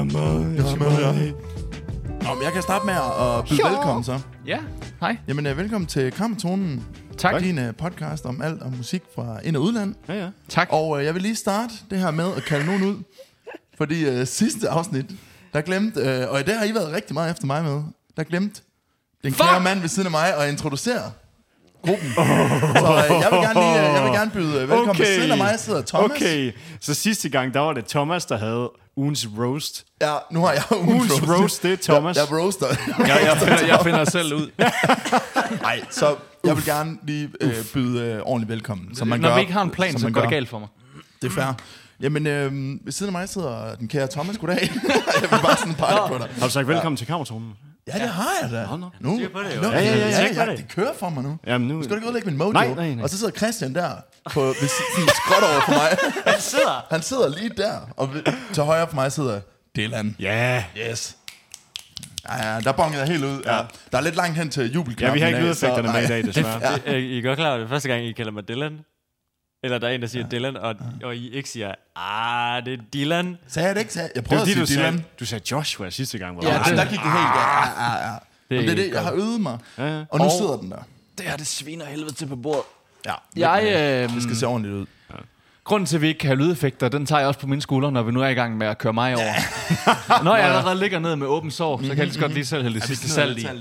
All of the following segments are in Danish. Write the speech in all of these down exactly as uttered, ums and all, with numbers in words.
Jammer, jammer. Om jeg kan starte med at byde ja. velkommen så. Ja, hej. Jamen uh, velkommen til Kammertonen. Tak. Din uh, podcast om alt om musik fra ind- og udland. Ja, ja. Tak. Og uh, jeg vil lige starte det her med at kalde nogen ud. Fordi uh, sidste afsnit, der glemte, uh, og det har I været rigtig meget efter mig med, der glemte den Fuck! kære mand ved siden af mig at introducere gruppen. Oh. Så uh, jeg vil gerne lige, uh, jeg vil gerne byde uh, velkommen. Okay. Ved siden af mig sidder Thomas. Okay, så sidste gang, der var det Thomas, der havde ugens roast. Ja, nu har jeg ugens Ugens roast. roast, det er Thomas. Jeg, jeg roaster. Jeg, jeg, finder, jeg finder selv ud. Nej, så jeg vil gerne lige øh, byde øh, ordentligt velkommen. Som man Når gør, vi ikke har en plan, som så man går det gør. galt for mig. Det er fair. Jamen, øh, ved siden af mig sidder den kære Thomas. Goddag. Jeg vil bare sådan pege på dig. Har du sagt velkommen ja. til Kammertonen? Ja, det har jeg da. Nå, nå. Nu. Styr på det, jo. Nå, Ja, ja, ja, ja, ja, ja, det kører for mig nu. Jamen, nu... Du skal ikke udlægge min mojo. Nej, nej, nej. Og så sidder Christian der på, ved sådan skråt over for mig. Han sidder. Han sidder lige der. Og ved, til højre for mig sidder Dylan. Ja. Yes. Ja, ja, der bongede jeg helt ud. Ja. Der er lidt langt hen til jubelknappen. Ja, vi har ikke i dag, lydeffekterne så- med i dag, desværre. Det, det, I er godt klar over, det første gang, I kalder mig Dylan. Eller der er en, der siger ja. Dylan, og, og I ikke siger, ah, det er Dylan. Sagde jeg det ikke? Sagde- Jeg Det var prøvede fordi, at du sige Dylan. sagde, du sagde Joshua sidste gang. Hvor Ja, var det, det der gik det helt galt. Ja, ja, ja. Det, det er det, jeg har øvet mig. Ja, ja. Og nu Og- sidder den der. Det her, det sviner helvede til på bordet. Ja, Jeg, øh, det skal se ordentligt ud. grunden til, at vi ikke kan have lydeffekter, den tager jeg også på mine skuldre, når vi nu er i gang med at køre mig over. Når jeg allerede ligger ned med åben sår, så kan jeg lige så godt lige selv hælde det sidste salt i.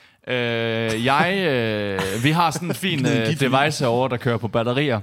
Øh, jeg, øh, vi har sådan en fin Gnid en øh, gift i. device herovre, der kører på batterier.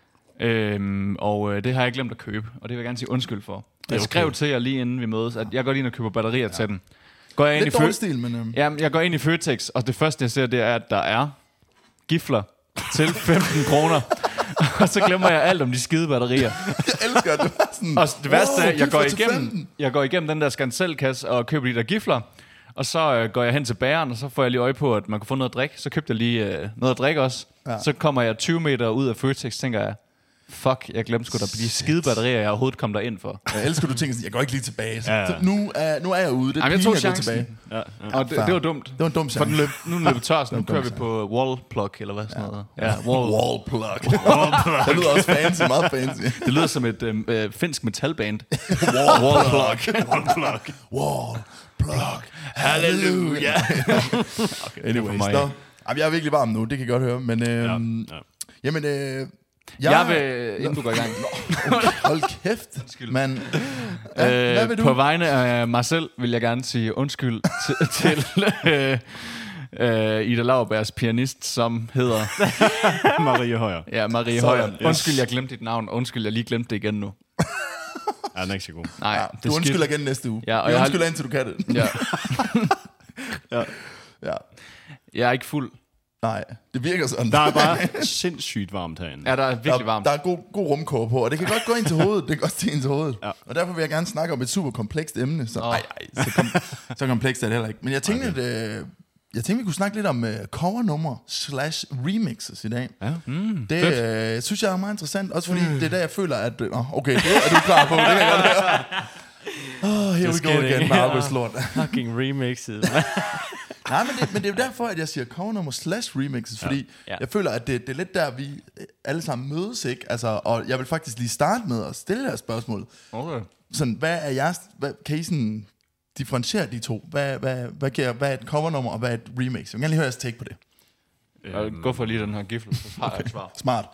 Øhm, og øh, det har jeg glemt at købe, og det vil jeg gerne sige undskyld for. Jeg okay. skrev til jer lige inden vi mødes, at jeg går lige ind og køber batterier ja. til den. Går jeg ind Lidt i dårlig Fø- stil, men... Øhm, Jamen, jeg går ind i Føtex, og det første jeg ser, det er, at der er gifler til femten kroner. Og så glemmer jeg alt om de skide batterier. jeg elsker, at det var sådan... Og det værste er, "Wow, at jeg går gifler til igennem, femten." jeg går igennem den der skanselkasse og køber de der gifler. Og så øh, går jeg hen til bageren, og så får jeg lige øje på, at man kan få noget at drikke. Så købte jeg lige øh, noget at drikke også. Ja. Så kommer jeg tyve meter ud af Føtex, tænker jeg, fuck, jeg glemte sgu da på de skide batterier, jeg overhovedet kom derind for. Jeg elsker, du tænker sådan, jeg går ikke lige tilbage. Så, Ja, ja. så nu, er, nu er jeg ude. Det er Jamen, jeg pinligt tog at gå chancen. tilbage. Ja, ja. Og det, fair. det var dumt. Det var en dum For den chance. løb, nu er den løbet tør, så nu Det var kører en vi dum på wall plug, eller hvad sådan noget. Ja, wall. Wallplug. Det lyder også fancy, meget fancy. Det lyder som et øhm, øh, finsk metalband. Wall plug. Unplug. Wallplug. Halleluja. Okay, Anyways, mig. no. Jamen, jeg er virkelig varm nu, det kan I godt høre. Men øhm, Ja, ja. jamen, øh, Jeg vil, inden du går i gang, hold kæft, mand. Ja, hvad vil øh, du? på vegne af mig selv vil jeg gerne sige undskyld til, til øh, øh, Ida Lauerbergs pianist, som hedder Marie Højer. ja, Marie Sådan, Højer. yes. Undskyld, jeg glemte dit navn. Undskyld, jeg lige glemte det igen nu. Ja, den er ikke så god. Nej, Ja, det du er undskylder skidt. igen næste uge. Ja, og Jeg jeg har- undskylder indtil du kan det. Ja. Ja. Jeg er ikke fuld. Nej, det virker sådan. Der er bare sindssygt varmt herinde. Ja, der er virkelig der, varmt. Der er god, god rumkår på, og det kan godt gå ind til hovedet. Det kan godt stige ind til hovedet. Ja. Og derfor vil jeg gerne snakke om et super komplekst emne. Så, Åh. ej, ej, så, kom, så komplekst er det heller ikke. Men jeg tænkte, okay. at, øh, jeg tænkte, vi kunne snakke lidt om øh, covernummer slash remixes i dag. Ja. Mm, Det fedt. øh, synes jeg er meget interessant, også fordi mm. det er der, jeg føler, at... Øh, okay, det er du klar på, det kan jeg godt høre. Oh, here we go again med August Lort. Fucking remixet. Nej, men det, men det er jo derfor, at jeg siger covernummer slash remixes, fordi ja. Ja. jeg føler, at det, det er lidt der, vi alle sammen mødes, ikke? Altså, og jeg vil faktisk lige starte med at stille jer spørgsmål. Okay. Sådan, hvad er jeres... Hvad, kan I sådan differentiere de to? Hvad, hvad, hvad, giver, hvad er et covernummer, og hvad er et remix? Jeg vil gerne lige høre jeres take på det. Øhm. Gå for lige den her gifle, så har jeg et svar. Smart.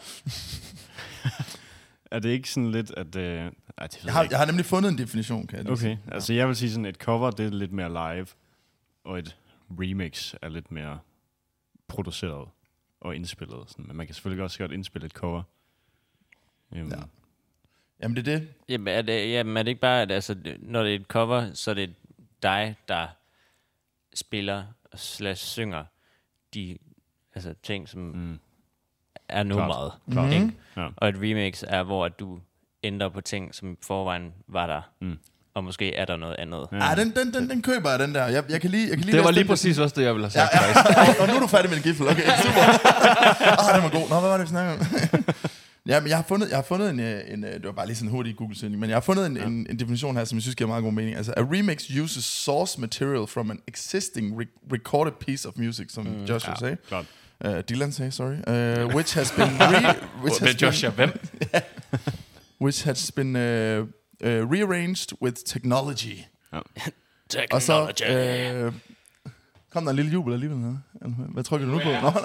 Er det ikke sådan lidt, at... Øh, ej, det ved Jeg jeg har, ikke. jeg har nemlig fundet en definition, kan jeg lige Okay, sige. altså jeg vil sige sådan, et cover, det er lidt mere live, og et remix er lidt mere produceret og indspillet. Sådan. Men man kan selvfølgelig også godt indspille et cover. Um, Ja. Jamen, det er det. Jamen er, det, jamen, er det ikke bare, at altså, når det er et cover, så er det dig, der spiller slash synger de altså, ting, som mm, er nummeret. klart. Ikke? Ja. Og et remix er, hvor at du ændrer på ting, som i forvejen var der. Mm. Og måske er der noget andet. Ja, den, den, den, den køber jeg, den der. Jeg, jeg kan lige, jeg kan lige Det var læse lige den. præcis også det, jeg ville have Ja, sagt. ja. Og, og nu er du færdig med en giffel. Okay, super. Ah, den var god. Nå, hvad var det, vi snakkede om? Ja, men jeg har fundet, jeg har fundet en, en, det var bare lige sådan en hurtig Google-søgning, men jeg har fundet en, ja. en, en definition her, som jeg synes giver meget god mening. Altså, a remix uses source material from an existing re- recorded piece of music, som mm, Joshua ja, sagde. Klart. Uh, Dylan sagde, sorry. Uh, which has been... Re- which has Men Joshua, hvem? which has been uh, uh, rearranged with technology. Ja. Ja. Og så øh, kom der en lille jubel alligevel. Eller? Hvad trykker du nu på? Nå, nå.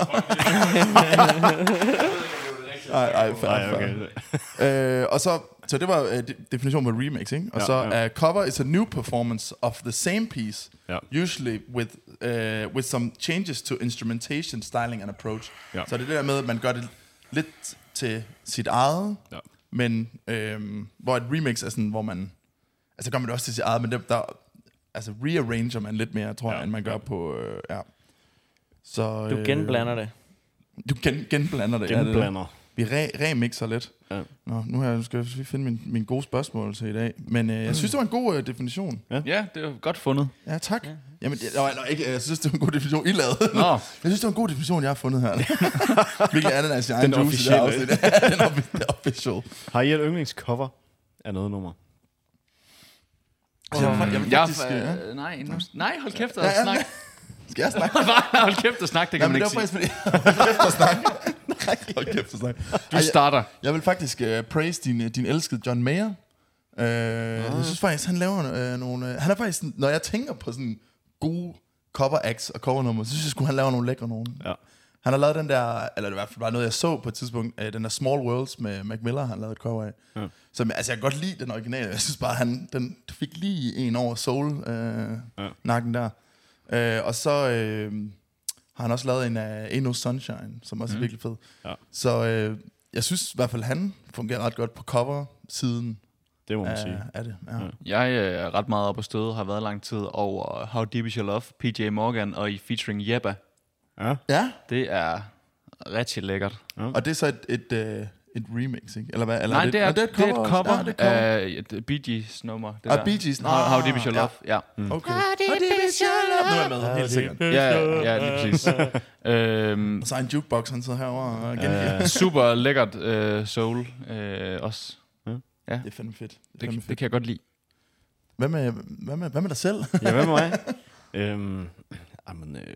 Ej, ej, fair, Ej, okay. fair. øh, og så, så det var uh, definitionen på remix, ikke? Og Ja, så ja. uh, cover is a new performance of the same piece, Ja. usually with uh, with some changes to instrumentation, styling and approach. Ja. Så det er det der med, at man gør det lidt til sit eget, Ja. men øhm, hvor et remix er sådan, hvor man, altså gør man det også til sit eget, men der, der altså rearranger man lidt mere, tror Ja. jeg, end man gør på, øh, ja. Så, Du genblander det. Du gen, genblander det. Genblander. Ja, det. Vi re, remixer lidt. Ja. Nå, nu har jeg, skal jeg finde min, min gode spørgsmål til i dag. Men øh, jeg synes, det var en god øh, definition. Ja, det er godt fundet. Ja, tak. Ja. Jamen, det, nej, nej, ikke, jeg synes, det var en god definition, I lavede. Nå. Jeg synes, det var en god definition, jeg har fundet her. Hvilket er den af sin egen Den juice i det her officielle. afsnit. Ja, den offi- official. Har I et yndlingscover af noget nummer? Altså, jeg, vil- jeg vil Jeg, faktisk... ja. øh, nej, nu, nej, hold kæft og Ja, ja, snak. Skal jeg snakke? Hold kæft og snak, det kan Jamen, man det ikke var sige. faktisk fordi... Hold kæft at snakke. Nej, hold kæft at snakke. Du starter. Jeg vil faktisk uh, praise din, din elskede John Mayer. Uh, Jeg synes faktisk, han laver uh, nogle... Uh, han er faktisk... Sådan, når jeg tænker på sådan gode cover acts og covernummer, så synes jeg sgu, han laver nogle lækre nogen. Ja. Han har lavet den der... Eller det var i hvert fald bare noget, jeg så på et tidspunkt. Uh, den der Small Worlds med Mac Miller, han lavede et cover af. Ja. Så altså, jeg kan godt lide den originale. Jeg synes bare, han den fik lige en over soul-nakken uh, Ja. der. Uh, og så... Uh, har han også lavet en af uh, Ain't No Sunshine, som også mm. er virkelig fed. Ja. Så øh, jeg synes i hvert fald, han fungerer ret godt på cover-siden Det må man af, sige. af det. Ja. Ja. Jeg øh, er ret meget op at støde, har været lang tid over How Deep Is Your Love, P J Morgan og i featuring Jebba. Ja. ja, Det er rigtig lækkert. og det er så et, et, et, et remix, ikke? Eller hvad? Eller Nej, det er, Nå, det er et cover, også. cover, Ja, det er et cover. af Bee Gees nummer. Det Ah, der. Bee Gees. How, How Deep Is Your Ja. Love, ja. Okay. How deep is your love? Nu er jeg med, helt sikkert. Ja, ja, lige præcis. øhm, Og så er en jukebox, han sidder herovre og gengiver. øh, super lækkert øh, soul øh, også. Det er fandme fedt. Det, er Det, fandme det fedt. kan jeg godt lide. Hvad, med, hvad, med, hvad med dig selv? Ja, hvad med mig? øhm, jamen, øh,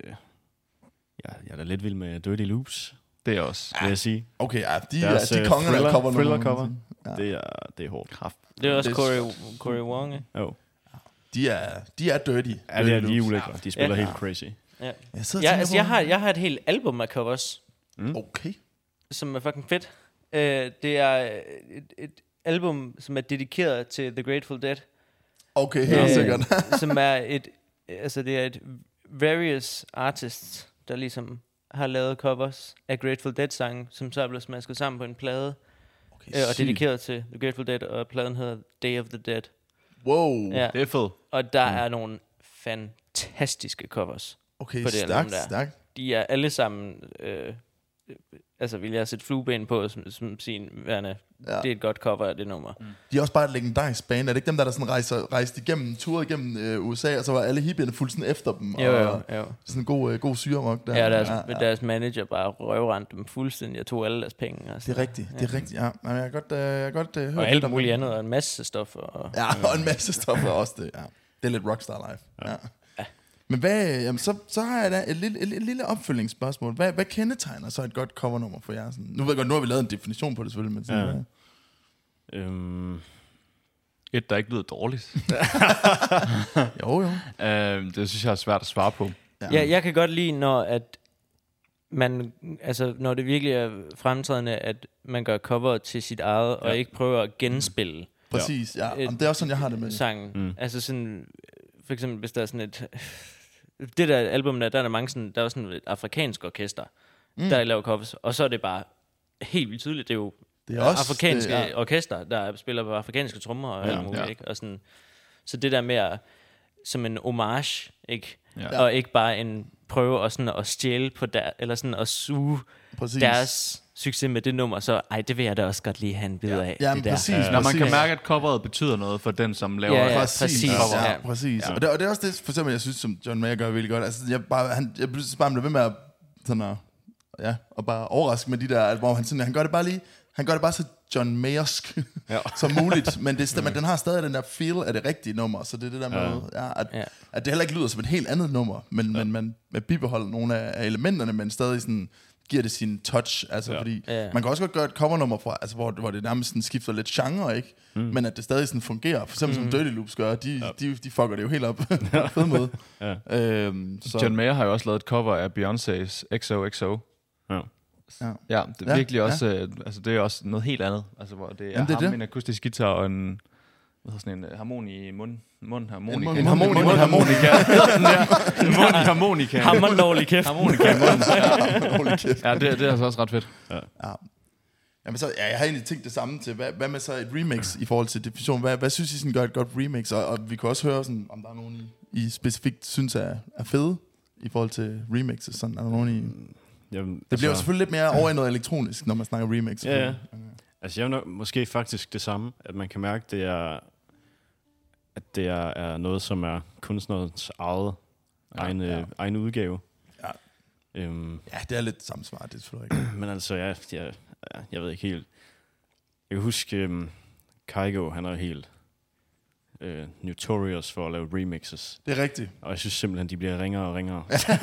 jeg, jeg er da lidt vild med Dirty Loops, Det er også. vil jeg sige. Okay, ja, de, Deres, er, de øh, konger, der thriller- cover thriller cover. Ja. Det er, det er hårdt. Kraft. Det er også Det er Corey, Corey Wong, ikke? Jo. De er, de er dirty. Ja, det er Dirty de loops. ulækre. De spiller Ja. helt crazy. Ja. Jeg sidder og Ja, tænker altså, på- jeg, har, jeg har et helt album af covers, Okay. som er fucking fedt. Uh, det er et, et album, som er dedikeret til The Grateful Dead. Okay, helt Øh, sikkert. som er et, altså det er et various artists, der ligesom har lavet covers af Grateful Dead sange, som så er blevet smasket sammen på en plade, Okay, øh, og sygt. dedikeret til The Grateful Dead, og pladen hedder Day of the Dead. Wow. Ja. Det er fedt. Og der mm. er nogle fantastiske covers. Okay, på det album stærkt, der. stærkt. De er alle sammen, øh, øh, altså vil jeg sætte flueben på, som, som sin værende, Ja. det er et godt cover af det nummer. Mm. De er også bare et legendarisk band. Er det ikke dem, der, der sådan rejser, rejste igennem, turet igennem øh, U S A, og så var alle hippierne fuldt sådan efter dem? Jo, jo, og jo. sådan en god, øh, god syrerock der. Ja, deres, ja, ja. deres manager bare røvrendte dem fuldstændig og tog alle deres penge. Og Det er rigtigt, det er rigtigt, ja. Men jeg kan godt, øh, jeg kan godt øh, høre Og lidt alt om muligt det. andet, og en masse stoffer. Og, Ja, og en masse stoffer også det, ja. Det er lidt rockstar life. Ja. Ja. Ja. Men hvad, jamen, så, så har jeg da et lille, et, et lille opfølgningsspørgsmål. Hvad, hvad kendetegner så et godt covernummer for jer? Sådan, nu ved jeg godt, nu har vi lavet en definition på det selvfølgelig, men sådan, Ja. hvad? Øhm, Et, der ikke lyder dårligt. Jo, jo. øh, det synes jeg er svært at svare på. ja, jeg kan godt lide, når at man, altså når det virkelig er fremtrædende, at man gør cover til sit eget, og Ja. ikke prøver at genspille Præcis, ja. Et- Jamen, det er også sådan, jeg har det med. sangen. Mm. Altså sådan, for eksempel hvis der er sådan et, det der album der, der er der mange sådan, der er sådan et afrikansk orkester, mm. der laver covers, og så er det bare helt vildt tydeligt, det er jo Det er også afrikanske det, det, ja. orkester, der spiller på afrikanske trommer og Ja, alt muligt, ja. ikke? Og sådan, så det der med at, som en homage, ikke? Ja. Og ikke bare en prøve at, sådan, at stjæle på der, eller sådan at suge Præcis. deres succes med det nummer, så ej, det vil jeg da også godt lige have en bid af. Jamen, det der. præcis. Når man præcis. kan mærke, at coveret betyder noget for den, som laver Ja, det. ja. Præcis, præcis, Ja, ja. præcis. Ja. Og, det, og det er også det, for eksempel, jeg synes, som John Mayer gør virkelig godt. Altså, jeg bare, han, jeg synes bare, han bliver ved med at, sådan at, ja, og bare overraske med de der, hvor han, sådan, han gør det bare lige, han gør det bare så John Mayersk Ja. som muligt, men, det, men den har stadig den der feel af det rigtige nummer, så det er det der med, ja. Ja, at, Ja. at det heller ikke lyder som et helt andet nummer, men, ja. men man, man bibeholder nogle af, af elementerne, men stadig sådan, giver det sin touch, altså Ja. fordi Ja. man kan også godt gøre et covernummer fra, altså hvor, hvor det nærmest sådan skifter lidt genre, ikke? Mm. Men at det stadig sådan fungerer, for eksempel mm. som Dirty Loops gør, de, ja. de, de fucker det jo helt op på en fed måde. Ja. Øhm, så. John Mayer har jo også lavet et cover af Beyoncé's X O X O. Ja. Ja. Ja, det er Ja, virkelig ja. også, øh, altså det er også noget helt andet, altså hvor det er, Jamen, det er ham, det. en akustisk guitar og en, hvad hedder sådan en uh, harmoni i mund, mundharmonika. En En mund- harmoni, mund- mundharmonika. En mundharmonika. Hammer dårlig kæft. Harmonika i munden. Ja, Holy kæft. ja det, det er altså også ret fedt. Ja. Jamen så, ja, jeg har egentlig tænkt det samme til, hvad, hvad med så et remix i forhold til definition? Hvad, hvad synes I sådan gør et godt remix? Og, og vi kan også høre, sådan, om der er nogen, I, I specifikt synes er, er fede i forhold til remixes. Sådan, er der nogen, I... Jamen, Det bliver jo selvfølgelig lidt mere over i noget elektronisk, når man snakker remix. Ja, ja. Altså jeg vil nok, måske faktisk det samme, at man kan mærke, det er, at det er, er noget, som er kunstnerens eget, ja, egen, ja. ja. egen udgave. Ja. Øhm, Ja, det er lidt samme svar, det er selvfølgelig ikke. men altså, jeg, jeg, jeg ved ikke helt. Jeg kan huske, um, Kygo, han er helt uh, notorious for at lave remixes. Det er rigtigt. Og jeg synes simpelthen, de bliver ringere og ringere.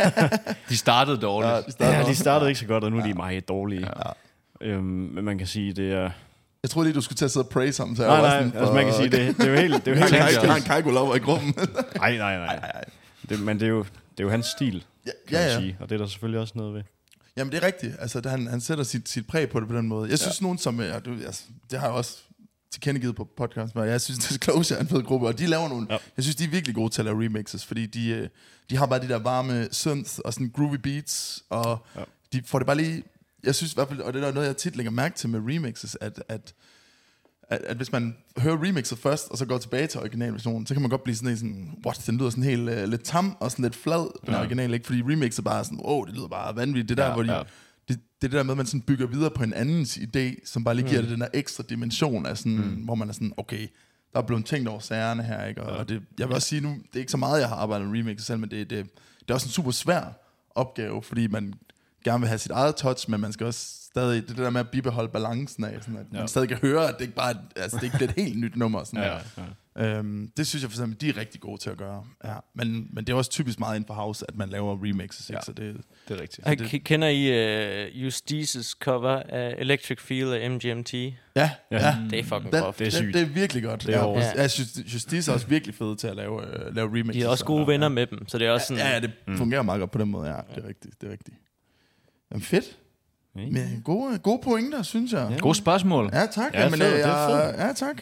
De startede dårligt. Ja, de starter Ja, de også. startede ikke så godt, og nu er de meget dårlige. Ja. Øhm, men man kan sige, det er... Jeg troede lige, du skulle til at sidde og praise ham. Så jeg Nej, var nej, sådan, altså man kan sige, det, det er jo helt... Det er jo helt Han tænkte har jeg en Kygo-lover i gruppen. nej, nej, nej. Det, men det er, jo, det er jo hans stil, Ja, kan ja, man ja. sige. Og det er der selvfølgelig også noget ved. Jamen, det er rigtigt. Altså, det, han, han sætter sit, sit præg på det på den måde. Jeg synes, ja. nogen som... Ja, du, altså, det har jeg også tilkendegivet på podcasten, men jeg synes, Disclosure er en fed gruppe, og de laver nogle... Ja. Jeg synes, de er virkelig gode til at lave remixes, fordi de, øh, de har bare de der varme synth og sådan groovy beats, og ja. de får det bare lige... Jeg synes i hvert fald, og det er noget, jeg tit lægger mærke til med remixes, at... at At, at hvis man hører remixet først, og så går tilbage til originalversionen, så kan man godt blive sådan en sådan, what, den lyder sådan helt uh, lidt tam, og sådan lidt flad, den ja. original, ikke? Fordi remixet bare er sådan, åh, oh, det lyder bare vanvittigt. Det der, Ja, hvor de, ja. det, det er det der med, at man sådan bygger videre på en andens idé, som bare lige giver mm. det den der ekstra dimension af sådan, mm. hvor man er sådan, okay, der er blevet tænkt over sagerne her, ikke? Og, ja. og det, jeg vil også sige nu, det er ikke så meget, jeg har arbejdet med remixet selv, men det, det, det er også en super svær opgave, fordi man gerne vil have sit eget touch, men man skal også stadig, det, det der med at bibeholde balancen af, sådan at ja. man stadig kan høre, at det ikke bare er, altså, det ikke bliver et helt nyt nummer. Sådan Ja, ja. Øhm, det synes jeg for eksempel, de er rigtig gode til at gøre. Ja. Men, men det er også typisk meget inden for house, at man laver remixes, ikke? Ja. Så det, Det er rigtigt. Jeg k- kender I uh, Justices cover af Electric Feel af M G M T? ja, ja. Ja. Det er fucking Den, godt. Det er det, sygt. det er virkelig godt. Det er ja, hårdt. ja. Jeg synes, Justice er også virkelig fede til at lave, uh, lave remixes. De er også gode og, venner ja. med dem, så det er også sådan... Ja, ja, det Mm. fungerer meget godt på den måde. Ja, det er rigtigt. Det er rigtigt. Jamen fedt. Men gode, gode pointer, synes jeg. Ja. Gode spørgsmål. Ja, tak. Ja, Jamen, fed, øh, det er jeg, ja, tak.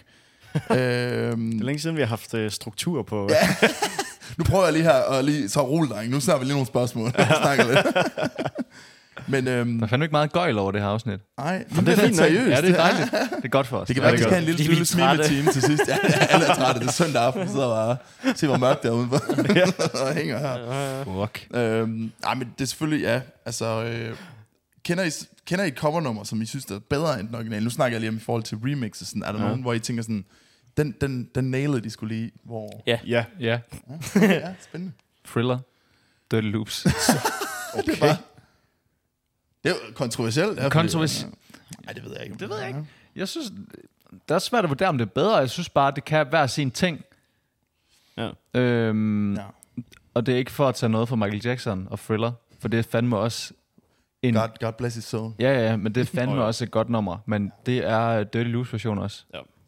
øhm, Det er længe siden, vi har haft uh, struktur på. Ja. Nu prøver jeg lige her at lige så rulle dig. Nu snakker vi lige nogle spørgsmål. Jeg snakker lidt. Men øhm, Der er fandme ikke meget gøjl over det her afsnit. nej, det er det er fint lidt nok. seriøst. Ja, det er dejligt. Det er godt for os. Det kan Ja, faktisk det er have en lille, De er lige lille smile-team til sidst. Ja, alle er trætte. Det er søndag aften. Så bare se, hvor mørkt det er udenfor. Og hænger her. Fuck. Øhm, nej, men det er selvfølgelig, ja. Altså, øh, kender, I, kender I et covernummer, som I synes er bedre end den originale? Nu snakker jeg lige om i forhold til remixes. Sådan, er der Ja. nogen, hvor I tænker sådan, den, den, den nailede de skulle lige, hvor... Ja. Ja. Ja. Ja, spændende. Thriller. Dirty Loops. Okay. Det er bare... Det er jo kontroversielt. Ja, Kontrovers- Nej, det ved jeg ikke. Det ved jeg ikke. Jeg synes, det er svært at vurdere, om det er bedre. Jeg synes bare, det kan være sin ting. Ja. Øhm, Ja. Og det er ikke for at tage noget fra Michael Jackson og Thriller, for det er fandme også en... God, God bless his soul. Ja, ja, men det er fandme Oh, ja. også et godt nummer. Men det er Dirty Loops version også.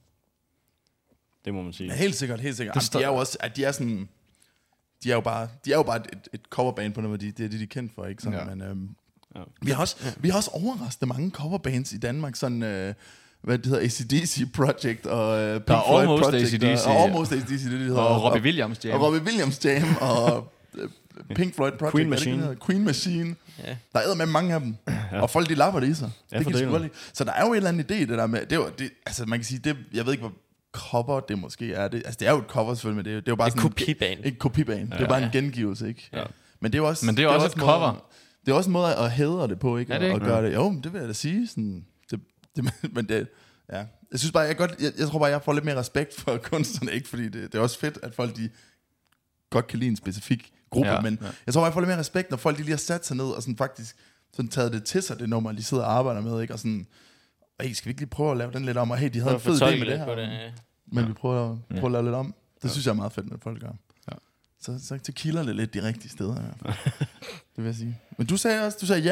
Det må man sige. Ja, helt sikkert, helt sikkert. Det Jamen, står- de er jo også, at de er sådan, de er jo bare, de er jo bare et, et coverband på noget, de, det er det, de er kendt for, ikke? Sådan, Ja. men, øhm, Ja. vi, har også, vi har også overrasket mange coverbands i Danmark, sådan, øh, hvad det hedder, A C D C Project, og øh, Pink Der er Floyd Almost Project, A C D C, og, ja. og Almost A C D C, det, det hedder. Og Robbie Williams jam. Og Robbie Williams Jam, og øh, Pink Floyd Project. Queen hvad er det, Machine. det hedder? Queen Machine. Ja. Der er med mange af dem. Ja. Og folk, de lapper det i sig. Ja, det for kan delen. sgu godt lide. Så der er jo en eller anden idé, det der med, det er jo, det, altså man kan sige, det, jeg ved ikke, hvor cover det måske er. Det, altså det er jo et cover selvfølgelig, men det er, jo- det er jo bare Et sådan kopibane. En, en kopibane. Det er jo bare en gengivelse, ikke? Ja. Men det er jo også, Men det er også et en måde- cover. Det er også en måde at hædre det på, ikke? Er det ikke? Og gøre det. Jo, men det vil jeg da sige. Sådan, det, det, men det, ja. Jeg synes bare, jeg, godt, jeg, jeg tror bare, jeg får lidt mere respekt for kunstnerne, ikke? Fordi det, det er også fedt, at folk de godt kan lide en specifik gruppe, Ja, ja, men ja. jeg tror bare, jeg får lidt mere respekt, når folk de lige har sat sig ned og sådan faktisk sådan taget det til sig, det nummer, de sidder og arbejder med, ikke? Og sådan, hey, skal vi ikke lige prøve at lave den lidt om? Og hey, de havde en fed idé med det her. På det. ja. Men vi prøver, at- Ja. prøver at lave lidt om. Det synes jeg er meget fedt, når folk gør. Ja. Så, så, så kilder det lidt de rigtige steder. I hvert fald. Det vil jeg sige. Men du sagde også, du sagde ja.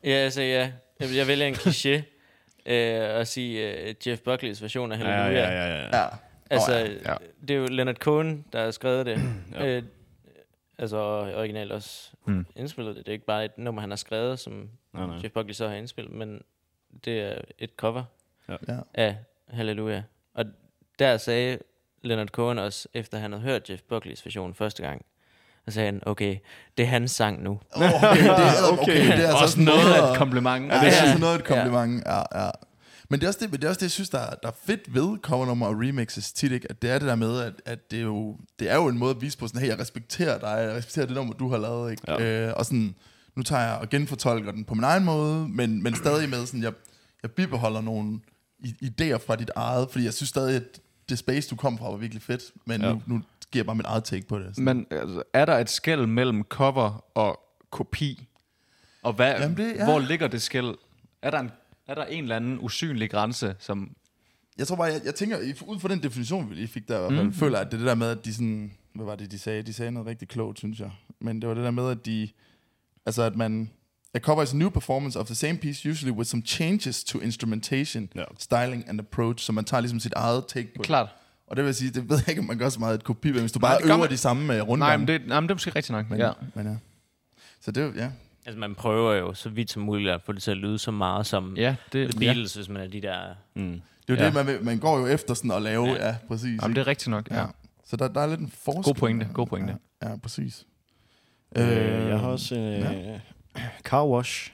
Ja, altså ja. Jeg, jeg vælger en kliché øh, og sige uh, Jeff Buckley's version af Hallelujah. Ja, ja, ja, ja. Ja. Altså, Oh, ja. det er jo Leonard Cohen, der har skrevet det. Ja. øh, altså originalt også Mm. indspillet det. Det er ikke bare et nummer, han har skrevet, som Nej, nej. Jeff Buckley så har indspillet, men det er et cover Ja. af Hallelujah. Og der sagde Leonard Cohen også, efter han havde hørt Jeff Buckley's version første gang, så sagde han, okay, det er hans sang nu. Okay, det er, okay, det er altså Også sådan noget noget af et kompliment. Ja, det er Ja. altså noget af et kompliment. Ja, ja. Men det er også det, det, er også det jeg synes, der er, der er fedt ved covernummer og remixes tit, ikke? At det er det der med, at, at det, er jo, det er jo en måde at vise på sådan, hey, jeg respekterer dig, jeg respekterer det nummer, du har lavet, ikke? Ja. Øh, og sådan, nu tager jeg og genfortolker den på min egen måde, men, men stadig med sådan, jeg, jeg bibeholder nogle i- idéer fra dit eget, fordi jeg synes stadig, at det space, du kom fra, var virkelig fedt, men Ja. nu, nu giver jeg bare mit eget take på det. Sådan. Men altså, er der et skel mellem cover og kopi? Og hvad, Jamen det- ja. hvor ligger det skel? Er der, en, er der en eller anden usynlig grænse, som... Jeg tror bare, jeg, jeg tænker, i- ud fra den definition, vi lige fik der, i hvert fald, Mm. føler jeg, at det er det der med, at de sådan, hvad var det, de sagde? De sagde noget rigtig klogt, synes jeg. Men det var det der med, at de, altså at man, a cover is a new performance of the same piece, usually with some changes to instrumentation, Ja. styling and approach, så man tager ligesom sit eget take på det. Klart. Og det vil sige, det ved jeg ikke, om man gør så meget et kopi, hvis du Nej, bare det gør øver man- de samme uh, rundgange. Nej, men det, nej, men det er måske rigtigt nok. men, Ja. men ja. Så det er jo- ja. Altså man prøver jo så vidt som muligt at få det til at lyde så meget som Ja, det, The Beatles, hvis man er de der... Mm. Det er jo Ja. det, man, vil- man går jo efter sådan at lave, ja, Ja. ja præcis. jamen, det er rigtigt nok. Ja. ja. Så der, der er lidt en forskel. God pointe, god pointe. Ja, ja præcis. Øh, jeg har også øh, ja. Car Wash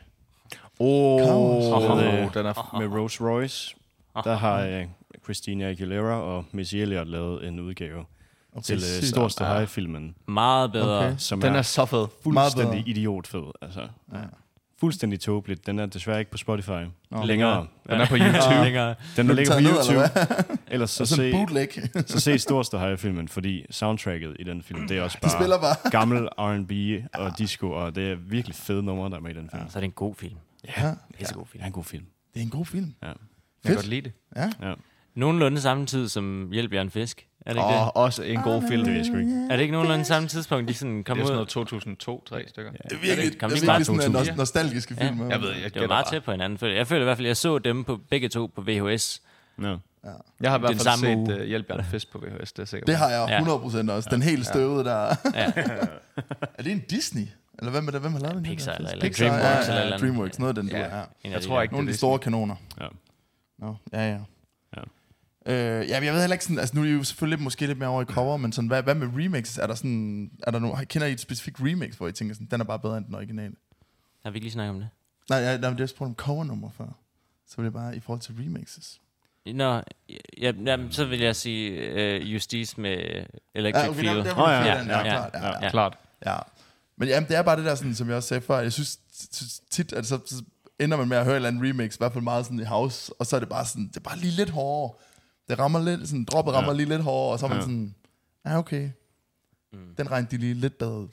Åh, Kaos. oh, med, den er... med Rolls Royce. Der har øh, Christina Aguilera og Missy Elliott lavet en udgave Okay, til øh, sygt. Stor Ståhej-filmen, Meget bedre. Okay. Okay. som Den er, er så fed. Meget fuldstændig bedre. idiotfed. Altså, Ja. fuldstændig tåbeligt. Den er desværre ikke på Spotify Nå. længere. Den er på YouTube. Længere. Den Er ligger på taget ned, eller YouTube. hvad? Ellers så Og sådan en se, bootleg. så se Stor Ståhej-filmen, fordi soundtracket i den film, det er også De spiller bare bare. gammel R and B og disco, og det er virkelig fede numre, der er med i den film. Så er det en god film. Ja, Pissegod Det film. er en god film. det er en god film. Ja. Jeg Fedt. kan godt lide det. Ja. Ja. Nogenlunde samme tid som Hjælp jer en fisk. Er det ikke Og også en god film. Det ved jeg sgu ikke. det? Er det ikke nogenlunde samme tidspunkt, de sådan Det kom er sådan ud? noget to tusind og to tre stykker. Det er virkelig, det Kom er vi virkelig snart sådan en to tusind? nos- nostalgiske Ja. film. Jeg ved, jeg Det var gætter meget bare. tæt på hinanden. føler Jeg Jeg føler i hvert fald, at jeg så dem på begge to på V H S. Ja. Jeg har i Den hvert fald samme set uge. uh, Hjælp jer en fisk på V H S, det er sikkert. Det har jeg Ja. hundrede procent også. Den helt støvede der. Ja. Er det en Disney? Eller hvem er det? Hvem har lavet den? her? Pixar eller eller Pixar, Dreamworks ja, eller ja, eller andet. Dreamworks, noget af den, du Ja. ja. En af Jeg de tror der. ikke, Nogle af det de er store kanoner. Ja. Nå, ja, ja. Ja. Øh, ja, men jeg ved heller ikke sådan, altså nu er I jo selvfølgelig måske lidt mere over i cover, men sådan, hvad, hvad med remixes? Er der sådan, er der nogen, kender I et specifikt remix, hvor I tænker sådan, den er bare bedre end den originale? Har vi ikke lige snakket om det? Nej, jeg, nej, det er spurgt om covernummer før. Så vil det bare i forhold til remixes. Nå, ja, jamen, så vil jeg sige uh, Justice med Electric Ja, okay, Feel. der, der, Åh, oh, ja, ja, ja, den, ja, ja, klart, ja, ja. ja. Klart. Ja. Men jamen, det er bare det der, sådan, som jeg også sagde før. Jeg synes t- tit, at så, så ender man med at høre et eller andet remix, i hvert fald meget sådan i house, og så er det bare sådan, det er bare lige lidt hårdere. Det rammer lidt, sådan, droppet rammer Ja. lige lidt hårdere, og så er man Ja. sådan, ja okay, Mm. den regnede de lige lidt bedre ud.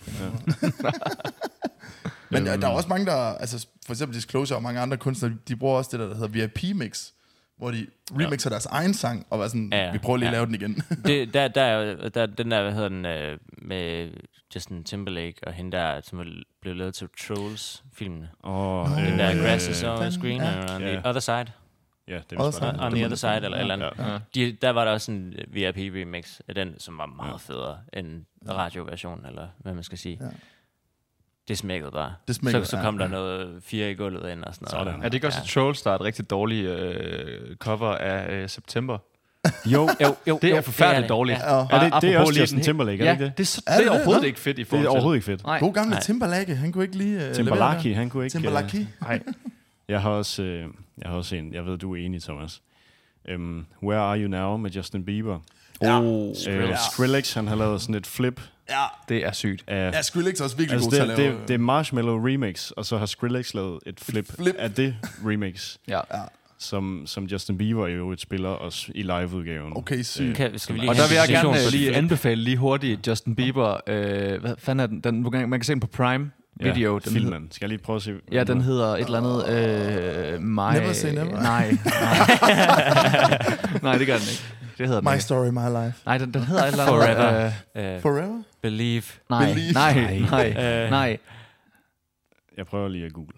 Men ja, der er også mange, der, altså for eksempel Disclosure og mange andre kunstnere, de bruger også det der, der hedder V I P-mix, hvor de remixer ja. deres egen sang, og var sådan, Ja, ja. vi prøver lige at Ja. lave den igen. Det, der, der er jo der, den der, hvad hedder den, øh, med Justin Timberlake og hende der, som er blevet lavet til Trolls-filmene. Og, Den der øh, Grass is on the den- screen, ja. and on Ja. the other side. Ja, det er Other vist bare side. den. On the other side, eller eller andet. Ja. Ja. De, der var der også en V I P-remix af den, som var meget federe end radioversionen, eller hvad man skal sige. Ja. Det smækkede bare. Det smækkede, så, så ja. kom der noget fire i gulvet ind og sådan noget. Sådan. Er det ikke også Ja. et Trolls, der er et rigtig dårligt øh, cover af øh, September? Jo, Jo, jo, Det er jo, forfærdeligt det. dårligt. Ja. Ja. er det, det er Apropos også lige Justin den- Timberlake, er Ja, det ikke det? det er, så, Er det det er det? overhovedet Nå. ikke fedt i Det forhold er til... overhovedet ikke fedt. Nej. God gamle Nej. Timberlake, han kunne ikke lige... Uh, Timberlake, han kunne ikke... Timberlake. øh, Nej. Jeg har også, øh, jeg har også en, jeg ved, du er enig, Thomas. Um, Where Are You Now med Justin Bieber. Ja. Oh, Øh, Skrillex, han har lavet sådan et flip Ja, det er sygt. af... ja Skrillex er også virkelig Altså god til at det, lave... det, det er Marshmallow remix, og så har Skrillex lavet et flip, flip. af det remix, Ja. Ja. som, som Justin Bieber i øvrigt spiller også i liveudgaven. Okay, sygt. Kan, skal vi lige Og have der vil jeg en definition gerne på øh, lige flip? anbefale lige hurtigt Justin Bieber. Øh, hvad fanden er den? den? Man kan se den på Prime Video. Ja, Den filmen. Skal jeg lige prøve at se? Ja, den hedder et eller andet... Øh, my, Never say never. Nej, nej. nej, det gør den ikke. Det hedder den My ikke. story, my life. Nej, den, den hedder et eller andet... Forever. Øh, Øh, Forever? Believe. nej, Believe. nej, nej, Øh, nej. Jeg prøver lige at google.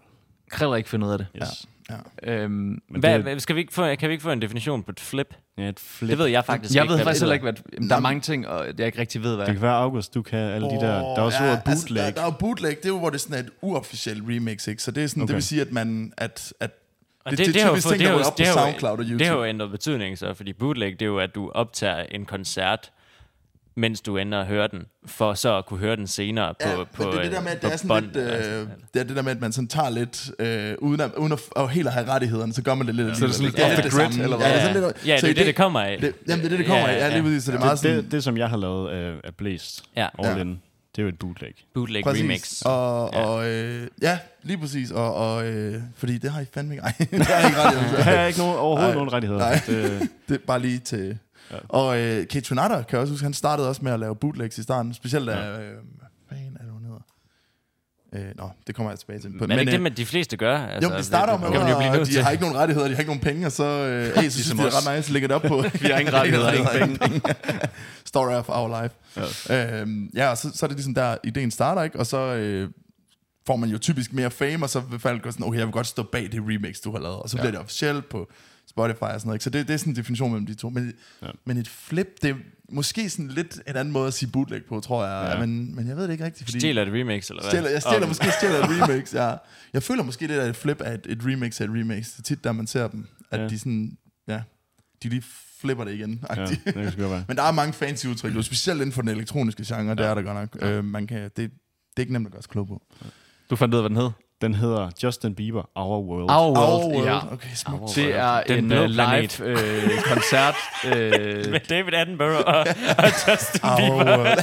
kan heller ikke finde ud af det. Yes. Ja. Øhm, Men Hvad, det, skal vi ikke få, kan vi ikke få en definition på et flip? ja, et flip. Det ved jeg faktisk jeg ikke. ved hvad faktisk det heller ikke, hvad... Der er mange ting, og jeg ikke rigtig ved, hvad... Det kan være, August, du kan alle de der... Der er også ja, ordet altså, bootleg. der, der er jo bootleg, det er jo, hvor det er sådan et uofficielt remix, ikke? Så det er sådan, okay. Det vil sige, at man... At, at Og det, det, det, det, det har er jo typisk fået- ting, det der har ryger jo- op på det har jo- SoundCloud og YouTube. Det har jo ændret betydning så, fordi bootleg, det er jo, at du optager en koncert, mens du ender at høre den, for så at kunne høre den senere på, Ja, på, men det er det der med, at det på er sådan bånd, lidt, øh, altså. det er det der med, at man sådan tager lidt, øh, uden, at, uden at, at helt at have rettigheder, så gør man det lidt. Så er det sådan lidt Ja, off the det grid, samme. eller hvad? Ja, det er Ja, sådan lidt, ja, så det er i det, det kommer af. Det, jamen, det er det, det kommer Ja, af. Ja, ja. lige præcis. Så det er meget Det, sådan... det, det, som jeg har lavet af, af Blæst, Ja. All Ja. In, det er jo et bootleg. Bootleg Præcis. remix. Og, Ja. og øh, ja, lige præcis. Og, og øh, fordi det har I fandme ikke. Ej, det har I ikke ret i. Jeg har ikke nogen, overhovedet Nej. nogen rettigheder. Nej. Det, Det er bare lige til... Ja. Og øh, Kate Trinata, kan jeg også huske, han startede også med at lave bootlegs i starten. Specielt da... Ja. Øh, hvad fanden er det, hun hedder? Øh, nå, det kommer jeg tilbage til. Men er det ikke det, med de fleste gør? Altså, Jo, de starter med, kan man jo blive nødt de til. har ikke nogen rettigheder, de har ikke nogen penge, og så, øh, hey, så synes Ligesom de, det er os. ret nice, så lægger det op på. Vi har ingen rettigheder, ingen penge. Story of our life. Ja, øhm, ja og så, så er det ligesom der, ideen starter, ikke? Og så øh, får man jo typisk mere fame, og så vil folk gå sådan, okay, jeg vil godt stå bag det remix, du har lavet. Og så bliver det officielt på Spotify og sådan noget, ikke? Så det, det er sådan en definition mellem de to. Men, Ja. men et flip, det er måske sådan lidt en anden måde at sige bootleg på, tror jeg. Ja. Men, men jeg ved det ikke rigtigt, fordi... Stjæler et remix, eller hvad? Stjæler, jeg stjæler Og- måske stjæler et remix, ja. Jeg føler måske lidt, at et flip er et, et remix af et remix. Det er tit, der man ser dem, at Ja. de sådan, ja, de lige flipper det igen. ja, det kan sgu godt være. Men der er mange fancy udtryk, jo, specielt inden for den elektroniske genre, ja. Det er der godt nok. Ja. Øh, man kan, det, det er ikke nemt at gøre sig klog på. Du fandt ud af, hvad den hed? Den hedder Justin Bieber, Our World. Our Our World, World. ja. Okay, smukt. Our Det er Den en blå uh, planet. live øh, koncert. Øh, Med David Attenborough og, og Justin Our Bieber. World.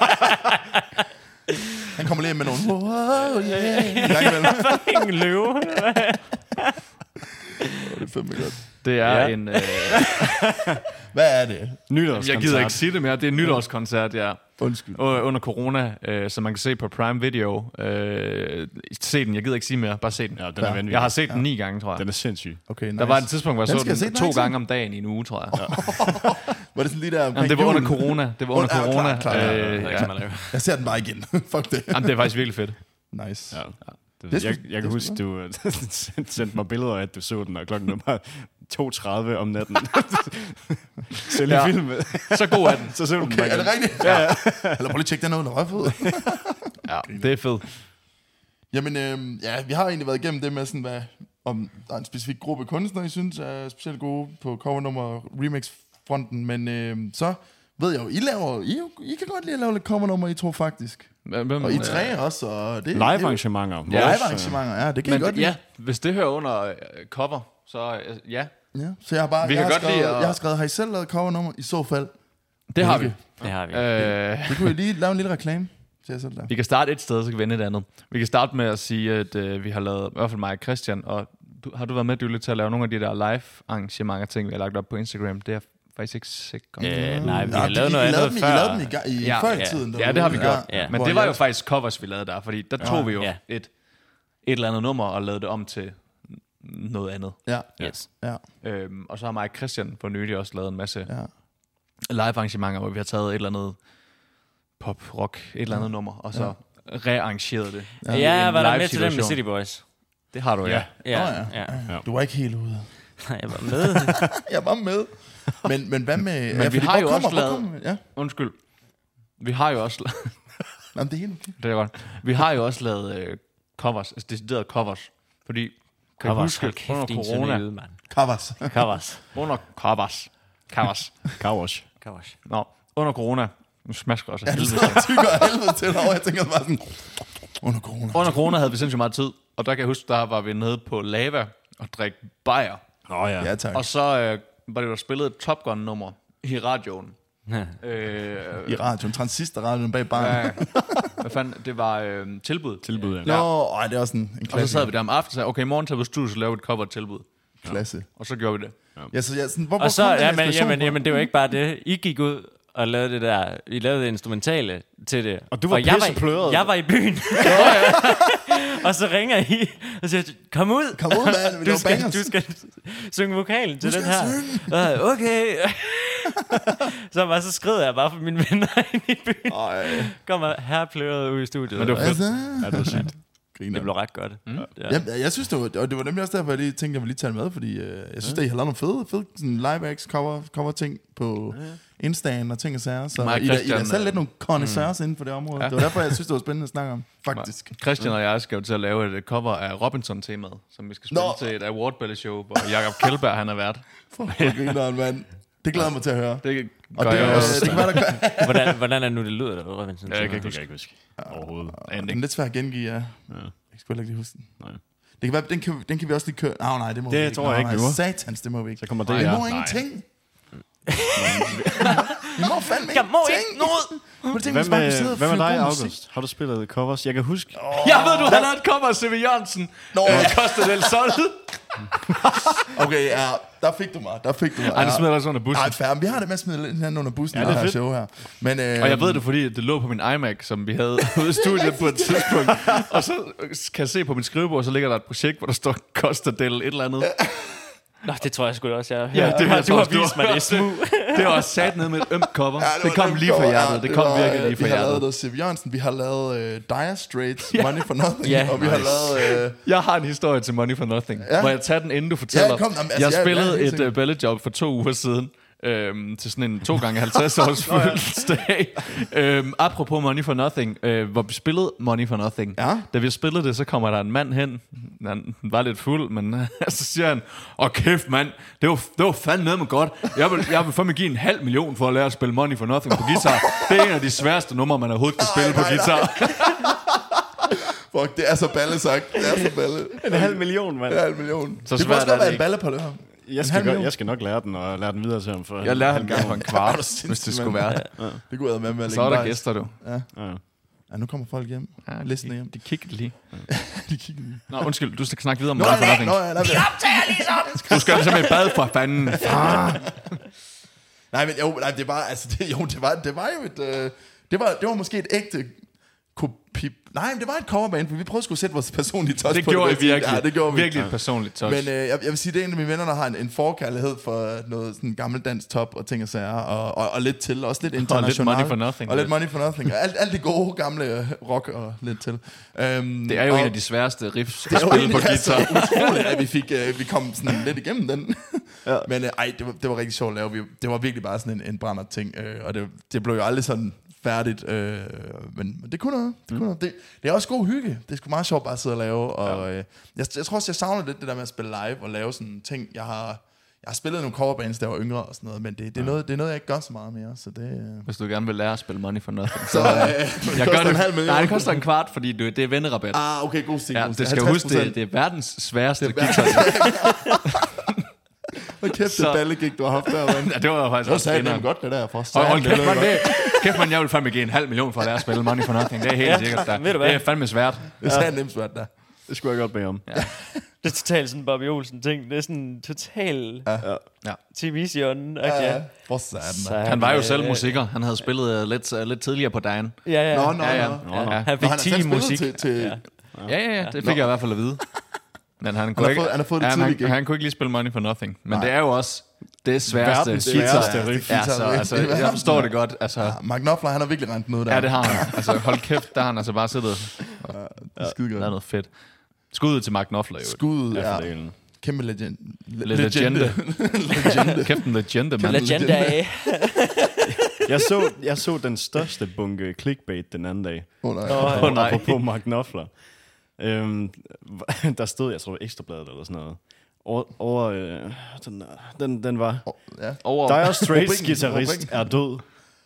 Han kommer lige ind med nogle, wow, yeah. En gang imellem. Fucking løve. Det er fandme godt. det er Ja. en... Øh, Hvad er det? Nytårskoncert. jeg gider ikke sige det mere. Det er en nytårskoncert, ja. Undskyld. U- Under corona, øh, som man kan se på Prime Video. Øh, se den, jeg gider ikke sige mere. Bare se den. Ja, den Ja. er vanvittig. Jeg har set den ni gange, tror jeg. Den er sindssyg. Okay, nice. Der var et tidspunkt, hvor jeg Den så skal jeg se, den den har jeg to ikke gange om dagen i en uge, tror jeg. Ja. Var det sådan lige der Jamen, omkring det var under julen? corona. Det var under Ja, klar, corona. klar. Øh, Det er ikke ja. så meget at lave. Jeg ser den bare igen. Fuck det. Jamen, det er faktisk virkelig fedt. Nice. Ja. Det er Det, sgu- jeg, det jeg er kan sgu huske, du øh, sendte mig billeder af, at du så den, og klokken var to tredive om natten. Selv i Ja. filmen. Så god er den. Så så du den Okay, bare er det igen. rigtigt? Ja, ja. Eller prøv lige at tjekke den ud, der var fed. Ja, det er fedt. Jamen, øh, ja, vi har egentlig været igennem det med sådan, hvad, om der er en specifik gruppe kunstnere, I synes er specielt gode på covernummer remix-fronten, men øh, så ved jeg jo, I laver, I, I kan godt lide at lave lidt covernummer, I to faktisk. Hvem, Og I tre også, og det Live arrangementer. Ja, Live Vores, øh, arrangementer, ja, det kan Men I godt lide. ja, hvis det hører under øh, cover, så øh, ja. Ja, så jeg har bare, Vi jeg kan har godt skrevet, lide at- jeg har skrevet, har I selv lavet covernummer? I så fald. Det har vi. Ikke? Det har vi. Øh, Det kunne jeg lige lave en lille reklame til jer selv der. vi kan starte et sted, så kan vi vende et andet. Vi kan starte med at sige, at øh, vi har lavet, i hvert fald mig og Christian, og du, har du været med, Dylle, til at lave nogle af de der live-arrangementer ting, vi har lagt op på Instagram? Det er jeg faktisk ikke sikker. Øh, nej, vi Ja, har de- lavet I noget lavede andet dem, I før. lavede dem i, ga- i Ja, før i ja. tiden. Ja, det har vi gjort. Ja. Men Hvor det var jeg- jo faktisk covers, vi lavede der, fordi der tog Ja. vi jo Ja. et, et eller andet nummer og lavede det om til noget andet. Ja, Yes. ja, Øhm, og så har mig og Christian for nylig også lavet en masse ja. live-arrangementer, hvor vi har taget et eller andet pop-rock, et eller andet nummer, og så rearrangeret det. Ja, i ja en var der med til den med live-situation. City Boys? Det har du, ja. Ja. Ja, Nå, ja. ja. Du var ikke helt ude. Jeg var med. Jeg var med. Men, men hvad med... Men ja, vi fordi, har hvor jo kommer, også hvor lavet- kommer- Ja, Undskyld. Vi har jo også la- jamen, det er helt okay. det er godt. Vi har jo også lavet øh, covers, altså deciderede covers, fordi kan du Covers, huske, hold kæft, under din corona, sønderjyde, mand. Covers. Covers. under covers, covers, Carwash. Covers. nå, under corona, nu smasker også af Ja, du helvede. sidder og tykker af helvede til derovre. Jeg tænker bare sådan... Under corona. Under corona havde vi sindssygt meget tid, og der kan jeg huske, der var vi nede på Lava og drikke bajer. Åh oh, ja. Ja, tak. Og så øh, var det jo spillet et Top Gun-nummer i radioen. øh, I radioen. Transistorradioen bag baren. ja, hvad fanden, det var øh, tilbud. Tilbud, ja. Nå, ej, det er også en, en Og så klasse. sad vi der om aftenen og sagde, okay, i morgen tager vi studiet og laver et cover-tilbud. Klasse. Og så gjorde vi det. Ja, så jeg, sådan, hvor, hvor Og så, kom den jamen, inspiration jamen, fra? jamen, det var ikke bare det. I gik ud og lavede det der. I lavede det instrumentale til det. Og du var jeg pisse pløret. Jeg var i byen. Og så ringer I og siger, kom ud. Kom ud, mand. Vi Du laver skal, bangers. du skal synge vokalen til Du den skal her. Uh, okay. så var så skred jeg bare for mine venner ind i byen. Ej. Kommer her pløret ud i studiet. Men det var fedt. Altså, Ja, det var sygt. griner. Det blev ret godt. Mm. Ja. Jamen, jeg synes, det var, og det var nemlig også derfor, jeg lige tænkte, at jeg ville lige tage det med, fordi øh, jeg synes, ja. at I har lavet nogle fede, fede sådan live-acts, cover, cover ting på ja. Insta'en og ting og sager. Så Mig I, og I, I er selv lidt nogle connoisseurs mm. inden for det område. Ja. Det var derfor, jeg synes, det var spændende at snakke om, faktisk. Christian og jeg skal jo til at lave et cover af Robinson-temaet, som vi skal spille Nå. til et award-show, hvor Jakob Kjellberg han er vært. For grineren, mand. Det glæder mig til at høre. Det Og gør det, jeg er, også. det kan være, der gør. hvordan, hvordan er det nu, det lyder? Der, Robinson? Ja, jeg kan Det ikke kan jeg huske. ikke huske overhovedet. Den er lidt svær at gengive, ja. Ja. Jeg skal heller ikke lige huske den. Nej. Det kan være, den kan, den kan vi også lige køre. Nej, nej, det må Det vi ikke. tror jeg ikke, nej, vi må. Satans, det må vi ikke. Så kommer det Vi her. må ingenting. Vi må fandme Jeg må ingenting. ikke noget! Må du tænke, Hvad hvis bare vi sidder med, og hvad med fyrer dig, god musik? August? Har du spillet covers? Jeg kan huske... Oh. Jeg ved, du har lavet et cover af C V Jørgensen. Nå, Øh, Costa del Sol. okay, ja, der fik du mig. Der fik du mig. Ej, det ja. smider også under bussen. Ej, fair. Vi har det med at smide lidt hinanden under bussen, Ja, ja, det er det her fedt. show her. Men, øh, Og jeg ved det, fordi det lå på min iMac, som vi havde ude i studiet på et tidspunkt. Og så kan jeg se på mit skrivebord, så ligger der et projekt, hvor der står Costa del et eller andet. Nå, det tror jeg sgu da også, jeg Ja, det du har, jeg du tror har også, du vist mig har- det smug. Det var også sat ned med et ømt cover. Ja, det, det var kom nemt lige fra over. hjertet. Ja, Det kom var, virkelig øh, lige fra Vi har hjertet. lavet noget C V Jørgensen, vi har lavet uh, Dire Straits, Ja. Money for Nothing, Ja. og vi har Nice. lavet... Uh, Jeg har en historie til Money for Nothing. Ja. Må jeg tage den, inden du fortæller? Ja, kom, jamen, altså, jeg ja, spillede ja, helt et sikkert. uh, bellejob for to uger siden. Øhm, til sådan en to gange halvtreds års fødselsdag. øhm, apropos Money for Nothing, øh, hvor vi spillede Money for Nothing. Ja. Da vi spillede det, så kommer der en mand hen. Han var lidt fuld, men så siger han, åh kæft mand, det var, det var fandme noget med godt. Jeg vil, jeg vil fandme give en halv million for at lære at spille Money for Nothing på guitar. Det er en af de sværeste numre, man overhovedet kan spille Nej, på nej, guitar. fuck, det er så balle sagt. Det er så balle. En halv million, mand. Det er en million. Så det må svært også er godt være det en balle på det her. Jeg skal, godt, jeg skal nok lære den, og lære den videre til ham. For Jeg lærte en gang for en Er kvart, du sindssyg, hvis det skulle mand? være. Det kunne jeg med med at Så er der legendarisk. gæster, du. Ja. Ja. ja, nu kommer folk hjem. Ja, Listen er de, hjem. de kiggede lige. De kigger lige. Nå, undskyld, du skal snakke videre om Nå, Money for ja, Nothing. nå, ja, nej, men- Du skal simpelthen i bad for fanden. nej, men jo, nej, det var, altså, det, jo, det var, det var jo et, øh, det var, det var måske et ægte kopi, nej, men det var et coverband, for vi prøvede sgu at sætte vores personlige touch Det på gjorde I det. vil jeg sige. virkelig. Ja, det gjorde vi. Virkelig et personligt touch. Men øh, jeg, jeg vil sige, det er en af mine venner, der har en, en forkærlighed for noget sådan gammeldansk top og ting og sager, og, og, og lidt til, også lidt internationalt. Money for Nothing. Og lidt Money for Nothing. Og alt, alt det gode, gamle øh, rock og lidt til. Um, Det er jo og, en af de sværeste riffs det at er jo spille på egentlig altså guitar. utroligt, at vi, fik, øh, vi kom sådan lidt igennem den. ja. Men øh, ej, det var, det var rigtig sjovt at lave. Vi, det var virkelig bare sådan en, en brænder ting, øh, og det, det blev jo aldrig sådan færdigt, øh, men, men det kunne noget. Det, kunne noget. Det, det er også god hygge. Det er sgu meget sjovt bare at sidde og lave. Og, øh, jeg, jeg tror også, jeg savner lidt det der med at spille live og lave sådan ting. Jeg har, jeg har spillet nogle coverbands, der var yngre og sådan noget, men det, det, er, Ja. noget, det er noget, jeg ikke gør så meget mere. Så det, øh. Hvis du gerne vil lære at spille Money for Nothing. Så øh, jeg det koster en halv million. Nej, det koster en kvart, fordi det, det er vennerabat. Ah, okay, god stil. Ja, god stil. det skal halvtreds huske, det, det er verdens sværeste Det er guitar. Hvor kæft, Så- det ballegik, du har haft der, mand. Ja, det var faktisk Så også sagde det grineren. godt, det der. For Hold, hold det kæft, lød man, godt. det, kæft, man, jeg vil fandme give en halv million for at lære at spille Money for Nothing. Det er helt Ja, sikkert. Der. ved du hvad? Det er fandme svært. Det sagde nemt svært der. Det skulle jeg godt bede om. Ja. Det er totalt sådan Bobby Olsen ting. Det er sådan total Ja. Ja. T V-sion. Ja, Okay. ja. For satan, Så mand. Han var jo øh, selv musiker. Han havde spillet uh, lidt, uh, lidt tidligere på dagen. Ja, ja. Nå, nå, Ja, ja. nå. Nå, nå. Ja, Han Nå, fik han har selv ti spillet musik. til- til- Ja. ja, ja, ja, det fik Nå. jeg i hvert fald at vide. Men han, Han kunne har ikke, fået, han har fået det han, tidligt han, gig. han kunne ikke lige spille Money for Nothing. Men Nej. det er jo også det sværeste Verdens guitar. sværeste riff. Ja, så, altså, jeg forstår det godt. Altså, Ja, Mark Knopfler, han har virkelig rent noget der. ja, det har han. Altså, hold kæft, der har han altså bare siddet og Det er skide lavet godt. noget fedt. Skuddet til Mark Knopfler, jo. Skud, Ja, ja. for delen. Kæmpe legend. Le- Legende. legende. Kæft en legende, mand. Legenda. Jeg så, jeg så den største bunke clickbait den anden dag. Åh, nej. Nå, Åh, nej. Apropos Mark Knopfler. Øhm, der stod, jeg tror, Ekstrabladet eller sådan noget. Over, over øh, den, den, den var... Åh, ja. Over. Dire Straits Rubrikken, guitarist rubrikken. er død.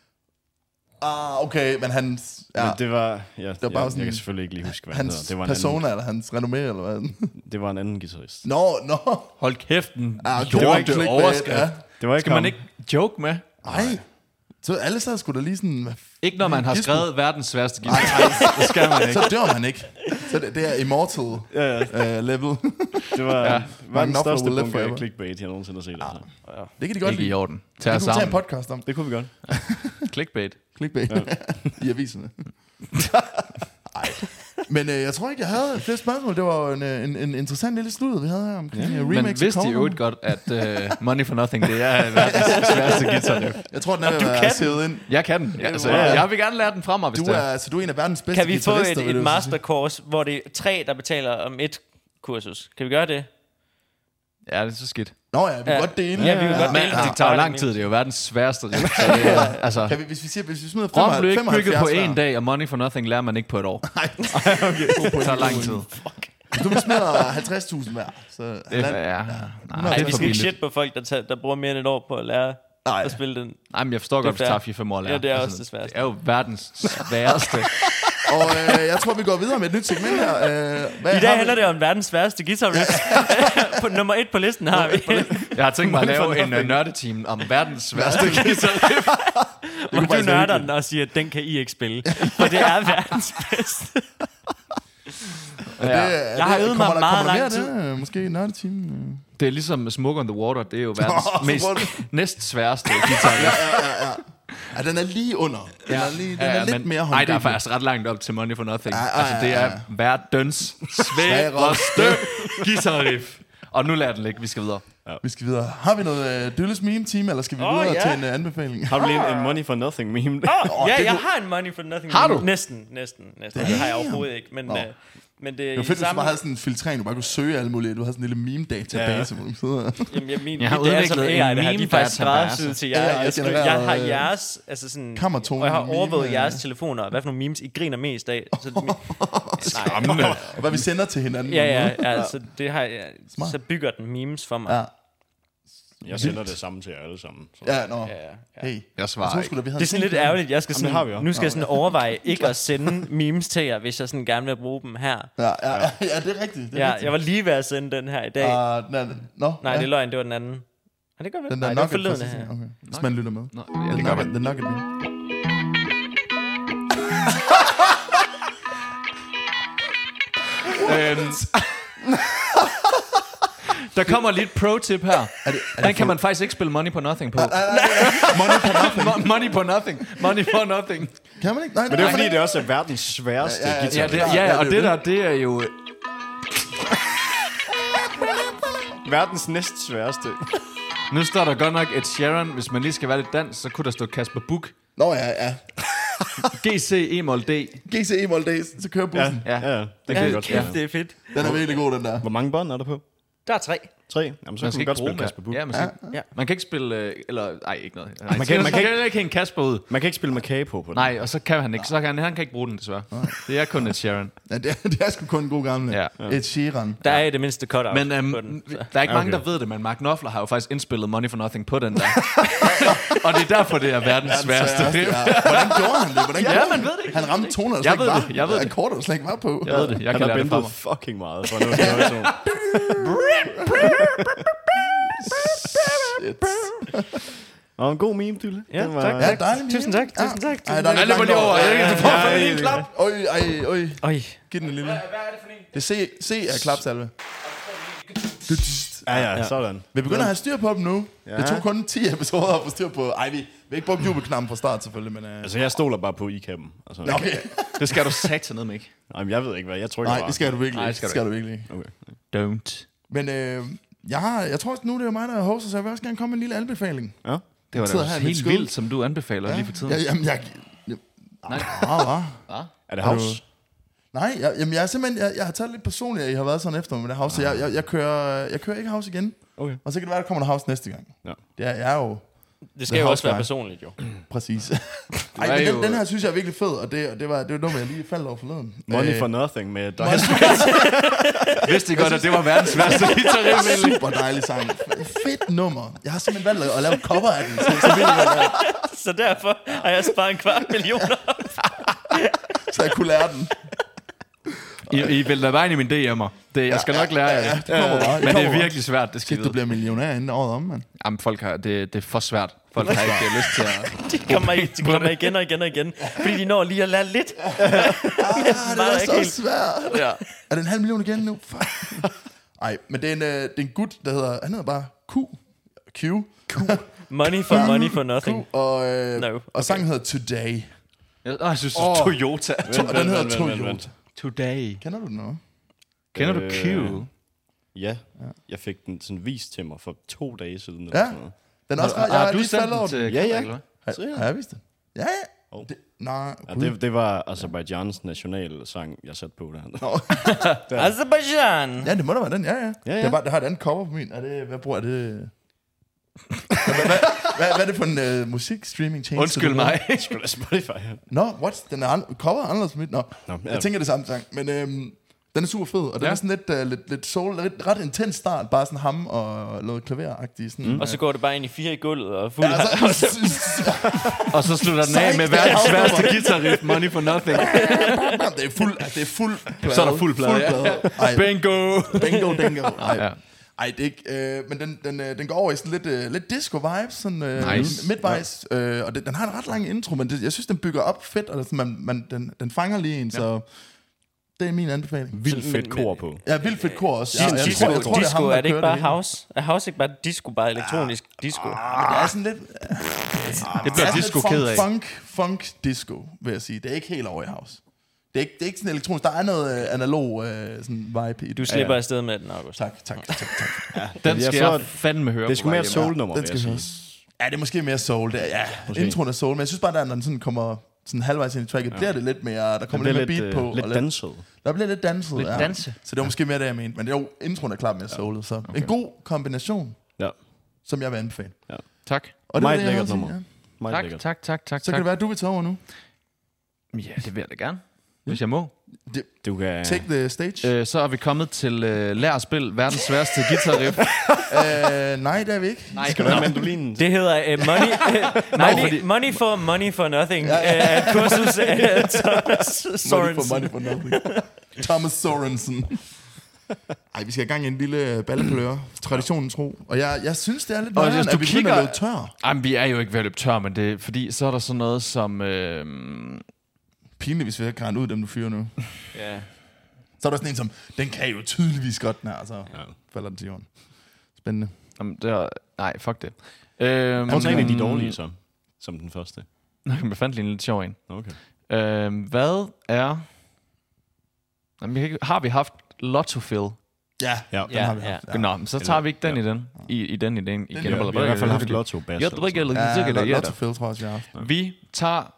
Ah, okay, men hans... Ja. Men det var... Ja, var jeg, bare jeg, sådan jeg kan selvfølgelig ikke lige huske, hvad han Hans hedder. Det var, en persona, anden, eller hans renommé, eller hvad? det var en anden guitarist. Nå, nå. Hold kæft, en Ah, okay, jorte det var ikke clickbait, overskrift. ja. Det var ikke Skal man ham. ikke joke med? Nej. Så alle steder skulle da lige sådan... hvad f- Ikke når man har Gispo. skrevet verdens sværeste guitar. Det skal man ikke. Så dør man ikke. Så det, det er immortal Ja, ja. uh, level. Det var, Ja. ja. var den Knopfler største will live bunke forever. af clickbait, jeg nogensinde har set. Altså. Det kan de godt Ikke i lide. orden. Det Tag kunne os vi tage en sammen. podcast om. Det kunne vi godt. Clickbait. Clickbait. I aviserne. Men øh, jeg tror ikke, jeg havde flere spørgsmål. Det var en, en, en interessant lille slud, vi havde her omkring ja. Men vidste I jo godt, at uh, Money for Nothing, det er verdens sværeste guitar. Jeg tror, den er ved at være sævet ind. Jeg kan den. Ja, altså, jeg, jeg vil gerne lære den fra mig, hvis du det er. Så du er en af verdens bedste Kan vi få guitarister, et, et mastercourse, hvor det er tre, der betaler om et kursus? Kan vi gøre det? Ja, det er så skidt. Nå ja, vi kan ja. godt dele. Ja, vi kan ja. godt Men dele. det tager jo lang tid, det er jo verdens sværeste riff. Så det er, altså, Kan vi, hvis vi siger, hvis vi smider Rom blev ikke femoghalvfjerds bygget på hver. en dag, og Money for Nothing lærer man ikke på et år. Nej, Okay, det tager lang tid. hvis du smider halvtreds tusind hver, så... Det er, ja, nej, Nej, det er vi for skal ikke billigt. shit på folk, der, tager, der bruger mere end et år på at lære Nej. at spille den. Nej, men jeg forstår godt, at det fair. tager fire fem år at lære. Ja, det er også Altså, det sværeste. Det er jo verdens sværeste. Og øh, jeg tror, vi går videre med et nyt segment her. Øh, hvad I dag har handler vi? det om verdens sværeste guitar riff. På nummer et på listen har vi. Jeg har tænkt mig at lave en uh, nørdeteam om verdens sværeste guitar. Hvor du faktisk nørder være den og siger, at den kan I ikke spille. For det er verdens bedste. Er det, er Jeg har det, øvet kommer mig der, meget kommer der lang mere af det? Øh, Måske en nørdeteam? Øh. Det er ligesom Smoke on the Water. Det er jo verdens Nå, så mest var det- næst sværeste guitar. Ja, ja, ja. Ja, den er lige under. Den er, lige, den er lidt mere Nej, håndgribelig. der er faktisk ret langt op til Money for Nothing. Ja, ja, Altså, det ja, er ja. verdens sværeste guitar riff. Og nu lader den ligge. Vi skal videre. Vi skal videre. Har vi noget uh, Dølles meme-team, eller skal vi Åh, videre ja. til en uh, anbefaling? Har du lige en, en money for nothing meme? Oh, ja, det jeg kunne- har en Money for Nothing. Har du? Næsten, næsten, næsten. Det har jeg overhovedet ikke. Men, Nå. øh, men det er Det var i fedt, hvis du samme... bare havde sådan en filtrering, du bare kunne søge alle mulige. Du havde sådan en lille meme-database, hvor du sidder. Jamen, jeg, min, Jeg har mit, det er udviklet som en A I, det her. De er meme faktisk database. skræddersyet til Ja, jer. jeg Jeg, skriver, genererer, jeg har øh, jeres, altså sådan, kammertone og jeg har meme, overvåget øh. jeres telefoner. Hvad for nogle memes I griner mest af? Så, Skræmmende. Og hvad vi sender til hinanden. ja, ja, ja, altså det har jeg, Smart. så bygger den memes for mig. Ja. Jeg sender det samme til jer alle sammen. Så. Ja, nå. Ja, ja, ja. Hey. Jeg Jeg svarer tror ikke. sgu da, vi havde Det er sådan lidt tænkt ærgerligt. Jeg skal sådan, det har vi jo. nu skal jeg sådan overveje ikke at sende memes til jer, hvis jeg sådan gerne vil bruge dem her. Ja, ja, ja, ja, det er rigtigt. Det er Ja, rigtigt. jeg var lige ved at sende den her i dag. Uh, nej, nå, Nej, ja. det er løgn, det var den anden. Nej, det gør vi. Den Nej, der det var nugget forleden fra her. sidste- Okay. Hvis man lytter med. Nå, Ja, ja, det det gør gør man. Den nugget med. Øhm, der kommer lige et pro-tip her. Er det, er Den kan man faktisk ikke spille Money på Nothing på. Money for nothing. Mo- Money på Nothing. Money for Nothing. Kan man ikke? Nej, Men det er jo fordi, det også er verdens sværeste Ja, ja, ja. guitar. Ja, det, Ja, ja, ja, og det er det jo der, det er jo... Verdens næst sværeste. Nu står der godt nok et Sharon. Hvis man lige skal være lidt dans, så kunne der stå Kasper Buch. Nå ja, ja. G C E-mol D. G C E All Days, så kører Ja, bussen. ja, ja, det kan jeg Ja, godt kæft, spille. det er fedt. Den er virkelig god, den der. Hvor mange bånd er der på? Der er tre. Tre? Jamen, så Man kan skal man ikke godt bruge spille Kasper Buch. Ja, man, skal, Ja. man kan ikke spille... Øh, eller... Nej, ikke noget. Nej, Man kan- man kan ikke hænge Kasper ud. Man kan ikke spille med kage på på den. Nej, og så kan han ikke. Så kan han, han kan ikke bruge den, desværre. Det er kun et Sharon. Ja, det, er, det er sgu kun en god gamle. Ja. Et Sheeran. Der er i det mindste cut-out Men på øhm, den. så. der er ikke mange, Okay. der ved det, men Mark Knopfler har jo faktisk indspillet Money for Nothing på den der. Og det er derfor, det er verdens sværeste. Ja. Hvordan gjorde han det? Hvordan Ja, gjorde man ved det ikke. Han ramte toner, der Jeg slet ved ikke det, var. jeg ved det. Akkorder, der slet ikke var på. Jeg ved det, jeg Han kan har lære det fra bentet mig. fucking meget for noget. noget sådan. Shit. Og en god meme, Dylle. Ja, Den var- tak. Ja, dejligt. meme. Tusind tak, Ja. tusind tak, tusind Ej, der er Ja, lidt det var lige langt over. over. Du får Ja, for ja, lige en ja. klap. Øj, ej, øj. Øj. Giv den en lille. Hvad er det for en? Det er C, C er klapsalve. Ja, ja, sådan. Vi begynder at have styr på dem nu. Ja. Det tog kun ti episoder at få styr på. Ej, vi vi har ikke brugt jubelknappen fra start selvfølgelig, men... Uh... Altså, jeg stoler bare på I-kappen. Altså, Okay. Det skal du satan ned med, ikke? Nej, men jeg ved ikke, hvad jeg trykker Nej, bare. det skal du virkelig Nej, ikke. det skal Det skal du du virkelig ikke. Okay. Don't. Men øh, jeg, har, jeg tror også, nu det er jo mig, der er hoster, så jeg vil også gerne komme med en lille anbefaling. Ja. Det var sidder da her i mit helt skød. vildt, som du anbefaler lige for tiden. Ja, jamen, jeg... jeg Nej. ah, ah. Er det house? Nej, jeg, jamen, jeg er simpelthen... Jeg, jeg har taget lidt personligt, at I har været sådan efter mig med det house, så jeg, jeg, jeg, kører, jeg kører ikke house igen. Okay. Og så kan det være, der kommer der house næste gang. Ja. Det er, jeg er jo... Det skal The jo også være House personligt, jo. Præcis. Ej, er men den, jo- den her synes jeg er virkelig fed, og det, og det var det var noget, jeg lige faldt over forleden. Money Øh, for nothing med dig. Vidste I godt, at det var verdens værste guitar riff? Super dejlig sang. F- Fedt nummer. Jeg har simpelthen valgt at lave et cover af den. Så, så, vildt, jeg, Så derfor har jeg sparet en kvart million. så jeg kunne lære den. I, I vil da bare ind i min D M'er. Det, jeg skal nok lære jer Ja, det. det kommer bare. Men det er kommer bare. virkelig svært, det skal I Shit, du vide. bliver millionær inden året om, mand. Jamen, folk har, det, det er for svært. Folk har ikke lyst til at... De kommer, i, de kommer igen og igen og igen. Fordi de når lige at lære lidt. Ah, det meget er ikke så helt. svært. Ja. Er det en halv million igen nu? Fuck. Ej, men det er en, øh, det er en gut, der hedder... Han hedder bare Q. Q. Money for money for nothing. Q og, øh, No, okay. og sangen hedder Today. Jeg, åh, jeg synes, Åh. Toyota. To, og den hedder vent, vent, vent, Toyota. vent. Today. Kender du den også? Kender du Øh, Q? Ja, jeg fik den sådan vist til mig for to dage siden. Eller Ja. sådan noget. Den er også Har, ret, jeg har har du lige sendt faldet over den den. til Ja, ja. eller hvad? Har, har jeg vist den? Ja, ja. Oh. Det, nej, Ja, gud. det, det var Azerbaijan's nationalsang, jeg satte på der. Azerbaijan! Ja, det må da være den, ja, ja. Ja, ja. Det, er bare, det har et andet cover på min. Er det, hvad bruger det? hvad, hvad, hvad, hvad, hvad er det for en uh, musikstreaming tjeneste? Undskyld mig. Skulle da Spotify. Nå, no, what? Den er an- cover er anderledes på mit. Nå, Nå, ja. jeg tænker det samme sang. Men øhm, den er super fed, og den Ja. er sådan lidt, uh, lidt, lidt soul, lidt, ret intens start. Bare sådan ham og noget klaveragtigt. Sådan, mm. Og så går det bare ind i fire i gulvet og fuld ja, altså, Og så slutter den af med Psych, verdens det er sværeste guitarriff, Money for Nothing. det er fuld, det er fuld plade. Så er der fuld plade, ja. plade. Ej, Bingo! bingo, dingo. Ej, Ja. Ej, det er ikke, øh, men den, den, øh, den går over i sådan lidt, øh, lidt disco-vibes, sådan øh, Nice. midtvejs, øh, og den, den har en ret lang intro, men det, jeg synes, den bygger op fedt, og sådan, man, man, den, den fanger lige en, ja. Så det er min anbefaling. Vildt fedt kor på. Ja, vildt fedt kor også. Ja, Disco, jeg, disco, tror, jeg tror, det er disco ham, der er det ikke kører bare hele. house? Er house ikke bare disco, bare elektronisk disco? Men det er sådan lidt... Det bliver disco ked af. Funk, funk disco, vil jeg sige. Det er ikke helt over i house. Det er ikke, det er ikke sådan elektronisk. Der er noget øh, analog øh, sådan vibe i. Du slipper afsted med den, August. Tak, tak, tak, tak. Den Jeg skal tror, jeg at fandme høre Det er sgu på vej mere hjem. soul-nummer, Den vil skal jeg vi sige. også. Ja, det er måske mere soul. Det er, ja, Måske. introen er soul, men jeg synes bare, der, når den sådan kommer sådan halvvejs ind i tracket, ja. bliver det lidt mere, der kommer Det lidt bliver mere lidt, beat på. øh, lidt og danset. Der bliver lidt danset, Lidt ja. danse. Så det var måske mere det, jeg mente. Men det er jo, introen er klart mere soulet, så en god kombination, Ja. som jeg vil anbefale. Tak. Og Meget var det, jeg lækkert havde at sige, nummer. Meget Tak, lækkert. tak, tak, tak, Så kan tak. det være, at du vil tage over nu. Ja, det vil jeg da gerne, hvis jeg må. Du kan... Take the stage. Øh, så er vi kommet til øh, Lær at spille verdens sværeste guitarriff. Øh, nej, det er vi ikke. Nej, Skal du have mandolinen? Det hedder uh, money, uh, money, fordi- money for money for nothing. Ja, ja. Uh, kursus af Thomas Money for Sorensen. money for nothing. Thomas Sorensen. Ej, vi skal i gang i en lille balleplør. Traditionen tro. Og jeg, jeg synes, det er lidt Og nøjeren, hvis du at vi begynder kigger- at løbe tør. Jamen, vi er jo ikke ved at løbe tør, men det er, fordi så er der sådan noget som... Øh, Pinligt, hvis vi ikke kan regne ud, dem du fyrer nu. Ja. Så er der sådan en som, den kan jo tydeligvis godt, den her, så ja. falder den til jorden. Spændende. jamen, det er, nej, fuck det. Øh, Prøv at tage en af de dårlige, så. Som den første. Jeg fandt lige en lidt sjov en. Okay. Øh, hvad er... Jamen, vi kan ikke- har vi haft Lotto Phil? Ja, Ja. den har vi Ja, haft. Ja. Nå, men så tager vi ikke den i den. I, i den i den. I Den den, gør Vi har i hvert fald haft lotto bass. Jeg drikker eller Ja, drikker ja, eller Lotto Phil, tror jeg også, vi har haft. Vi tager...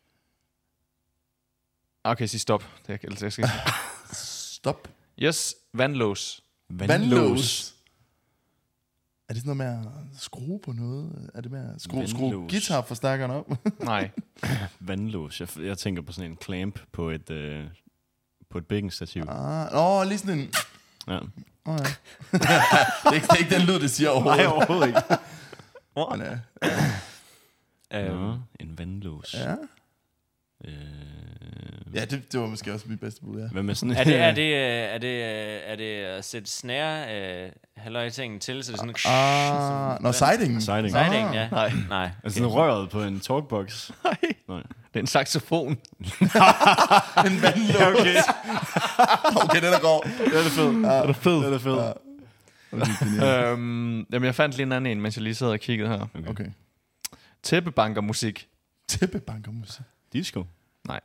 Okay, sig stop. Det er, jeg skal Stop. Yes, vandlås. Vandlås. Er det sådan noget med at skrue på noget? Er det med at skrue, skrue Vandlås. guitarforstærkeren op? Nej. Vandlås. Jeg, jeg tænker på sådan en clamp på et, øh, på et bækkenstativ. ah, åh, lige sådan en... Ja. Oh, ja. det, er ikke, det er ikke den lyd, det siger overhovedet. Nej, overhovedet ikke. Men, ja. Nå, en vandlås. ja. Øh, ja, det, det var måske også mit bedste bud, ja. Hvad med sådan Er det, er det, øh, er det, øh, er det at sætte snære øh, halvøjtingen til, så det er sådan... Ah, nå, sidingen. Siding. Siding, ja. Nej. Nej. Altså sådan røret på en talkbox. Nej. Nej. Det er en saxofon. En vandlås. Okay. okay, den er god. Det er det fedt. Er det fedt? Det er det fedt. Ja. Øhm, jamen, jeg fandt lige en anden en, mens jeg lige sad og kiggede her. Okay. Tæppebankermusik. Tæppebankermusik. Disco. Nej.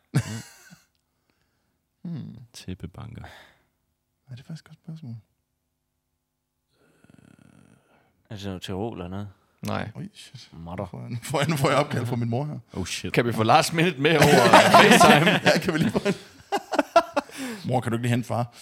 Hmm. Tæppebanker. Nej, det er faktisk et godt spørgsmål. Er det noget Tirol eller noget? Nej. Oj, shit. Modder. Får jeg, nu får jeg, nu får jeg opkald fra min mor her. Oh shit. Kan vi få last minute med over FaceTime? Ja, kan vi lige få en? Mor, kan du ikke lige hente far?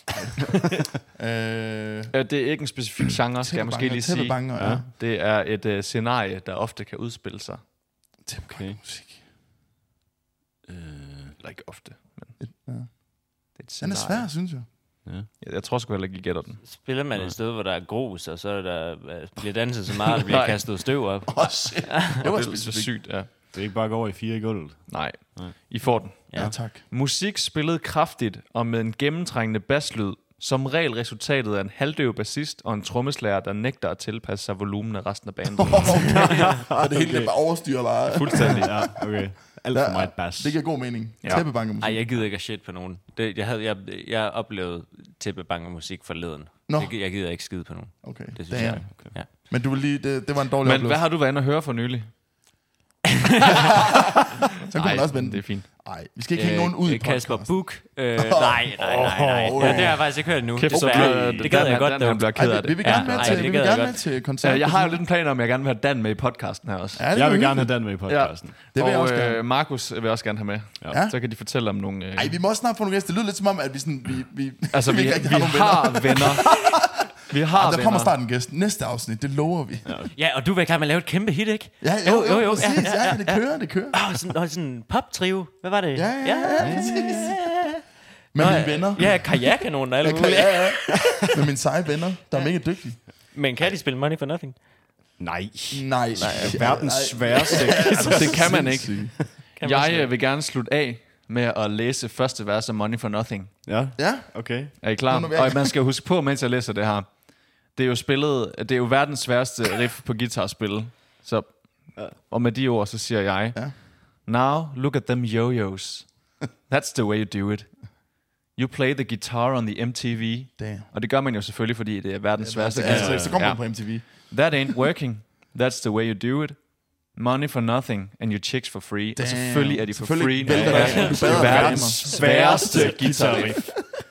øh, Øh, det er ikke en specifik genre, skal jeg måske lige sige. Tæppebanker, ja. Det er et uh, scenarie, der ofte kan udspille sig. Tæppebankermusik. Øh, Eller ikke ofte, men Ja. det er et Den scenarie. er svær, synes jeg. ja. Jeg, jeg tror sgu heller ikke, I gætter den. Spiller man et sted, hvor der er grus, og så er der, øh, bliver danset så meget, at der bliver Nej. kastet støv op? Åh, oh, shit. Det var Det er så specifikt. sygt, ja. Det er ikke bare at gå over i fire i gulvet. Nej. Nej. I får den. Ja, tak. Musik spillet kraftigt og med en gennemtrængende basslyd. Som regel resultatet af en halvdøv bassist og en trommeslager, der nægter at tilpasse sig volumen af resten af bandet. Okay. Og det hele det bare overstyrer bare. Fuldstændig. Ja, okay. Alt for meget bass. Det giver god mening. Ja. Tæppebankermusik. Ej, jeg gider ikke at shit på nogen. Det, jeg, havde, jeg, jeg oplevede tæppebankermusik forleden. Nå. Det, jeg gider ikke skide på nogen. Okay, Det synes damn. jeg. Ja. Men du vil lige, det, det var en dårlig Men oplevelse. hvad har du været inde og høre for nylig? Så kunne man også vende. det er fint. Nej, vi skal ikke hænge nogen ud i Kasper podcasten. Buch. Øh, nej, nej, nej, nej. Oh. Ja, det har jeg faktisk ikke hørt endnu. Kæft, det, så er- bliver- det gad jeg godt, Dan, han bliver ked af Ej, det. vi vil Ja, gerne med ej, til, det vi vil gad jeg gerne godt. med til koncert. Øh, Jeg har jo lidt en plan om, at jeg gerne vil have Dan med i podcasten her også. Ja, det Jeg vil vi gerne have Dan med i podcasten. Det vil jeg og også gerne. øh, Markus vil også gerne have med. Ja. Så kan de fortælle om nogle... Øh, Ej, vi må også snart få nogle gæster. Det lyder lidt som om, at vi sådan... Vi, vi, altså, vi, ikke vi, rigtig vi nogen har venner. Vi har Der venner. kommer snart en gæst. Næste afsnit, det lover vi. Ja, Ja, og du vil gerne lave et kæmpe hit, ikke? ja jo, jo, Jo, jo, jo. præcis. Ja, ja, Ja, det kører, det kører. Åh, sådan, og sådan en pop-trio. Hvad var det? Ja, ja, ja, præcis. Med Nå, mine venner. Ja, kajakkanonen og alt Jeg kan, muligt. ja, ja. Med mine seje venner, der er mega dygtige. Men kan de spille Money for Nothing? Nej. Nej. Nej. Verdens sværeste. Det kan man ikke. Sindssygt. Kan man Jeg slet øh, vil gerne slutte af med at læse første vers af Money for Nothing. Ja, Ja, okay. Er I klar? Nu er vi- Og man skal huske på, mens jeg læser det her. Det er jo spillet, det er jo verdens sværeste riff på guitarspil. Så, og med de ord, så siger jeg, Ja. Now look at them yo-yos. That's the way you do it. You play the guitar on the M T V. damn. Og det gør man jo selvfølgelig, fordi det er verdens sværeste Ja, så, guitar. så kommer Ja. man på M T V. That ain't working. That's the way you do it. Money for nothing, and your chicks for free. Damn. Og selvfølgelig er de for Selvfølgelig free. vælter når det. det er Du bader verdens og sværeste guitarriff.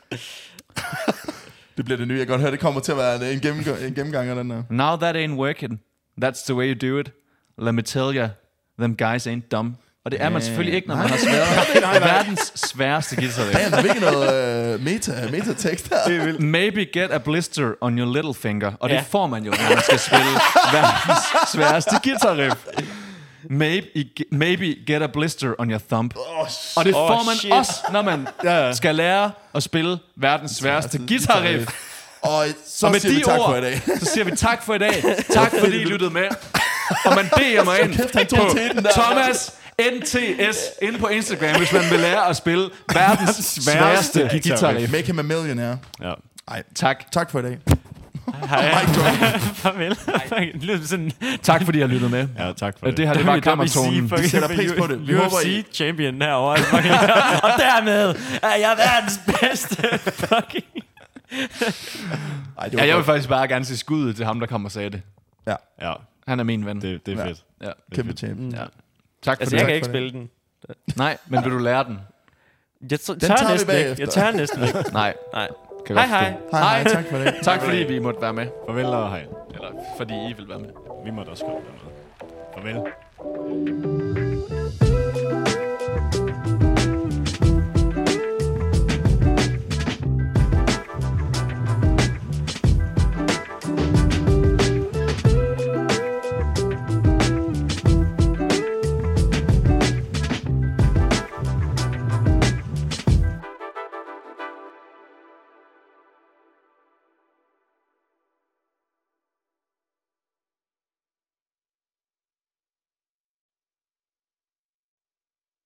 Det bliver det nye. Jeg kan godt høre, det kommer til at være en, gennemgang, en gennemgang af den her. Now that ain't working. That's the way you do it. Let me tell ya, them guys ain't dumb. Og det er man selvfølgelig ikke, når man har sværet verdens sværeste guitarriff. Damn, der er virkelig noget uh, meta, meta-tekst her. Maybe get a blister on your little finger. Og det Ja. får man jo, når man skal spille verdens sværeste guitarriff. Maybe, maybe get a blister on your thumb. Og det Oh, får man shit. også, når man skal lære at spille verdens sværeste guitarriff. Og så Og med siger de vi tak ord, for i dag. så siger vi tak for i dag. Tak fordi I lyttede med. Og man beder mig ind kæft, han tog på teten der. Thomas N T S inde på Instagram, hvis man vil lære at spille verdens sværeste guitarriff. Make him a millionaire. Ja. Ej, Tak. tak for i dag. Hej. Mic drop. Farvel. Det lyder sådan... Tak fordi I har lyttet med. Ja, tak for Og det. det her, det var kammertonen. Vi sætter pris på det. Vi U håber, F I- C-champion herovre. Og dermed er jeg verdens bedste fucking... Ej, det var Ja, jeg vil godt. faktisk bare gerne sige skuddet til ham, der kom og sagde det. Ja, Ja, Han er min ven. det, det er Ja. fedt. Ja. kæmpe champ. Ja. Tak for Altså, det. jeg kan for ikke det. spille den. Nej, men vil du lære den? Jeg t- tager tør vi næsten ikke. bagefter. Jeg tør næsten ikke. Nej. Nej. Kan Hej, godt hej. forstå. Hej, hej, tak for det. Tak fordi vi måtte være med. Farvel og hej. Eller fordi I vil være med. Vi måtte også godt være med. Farvel.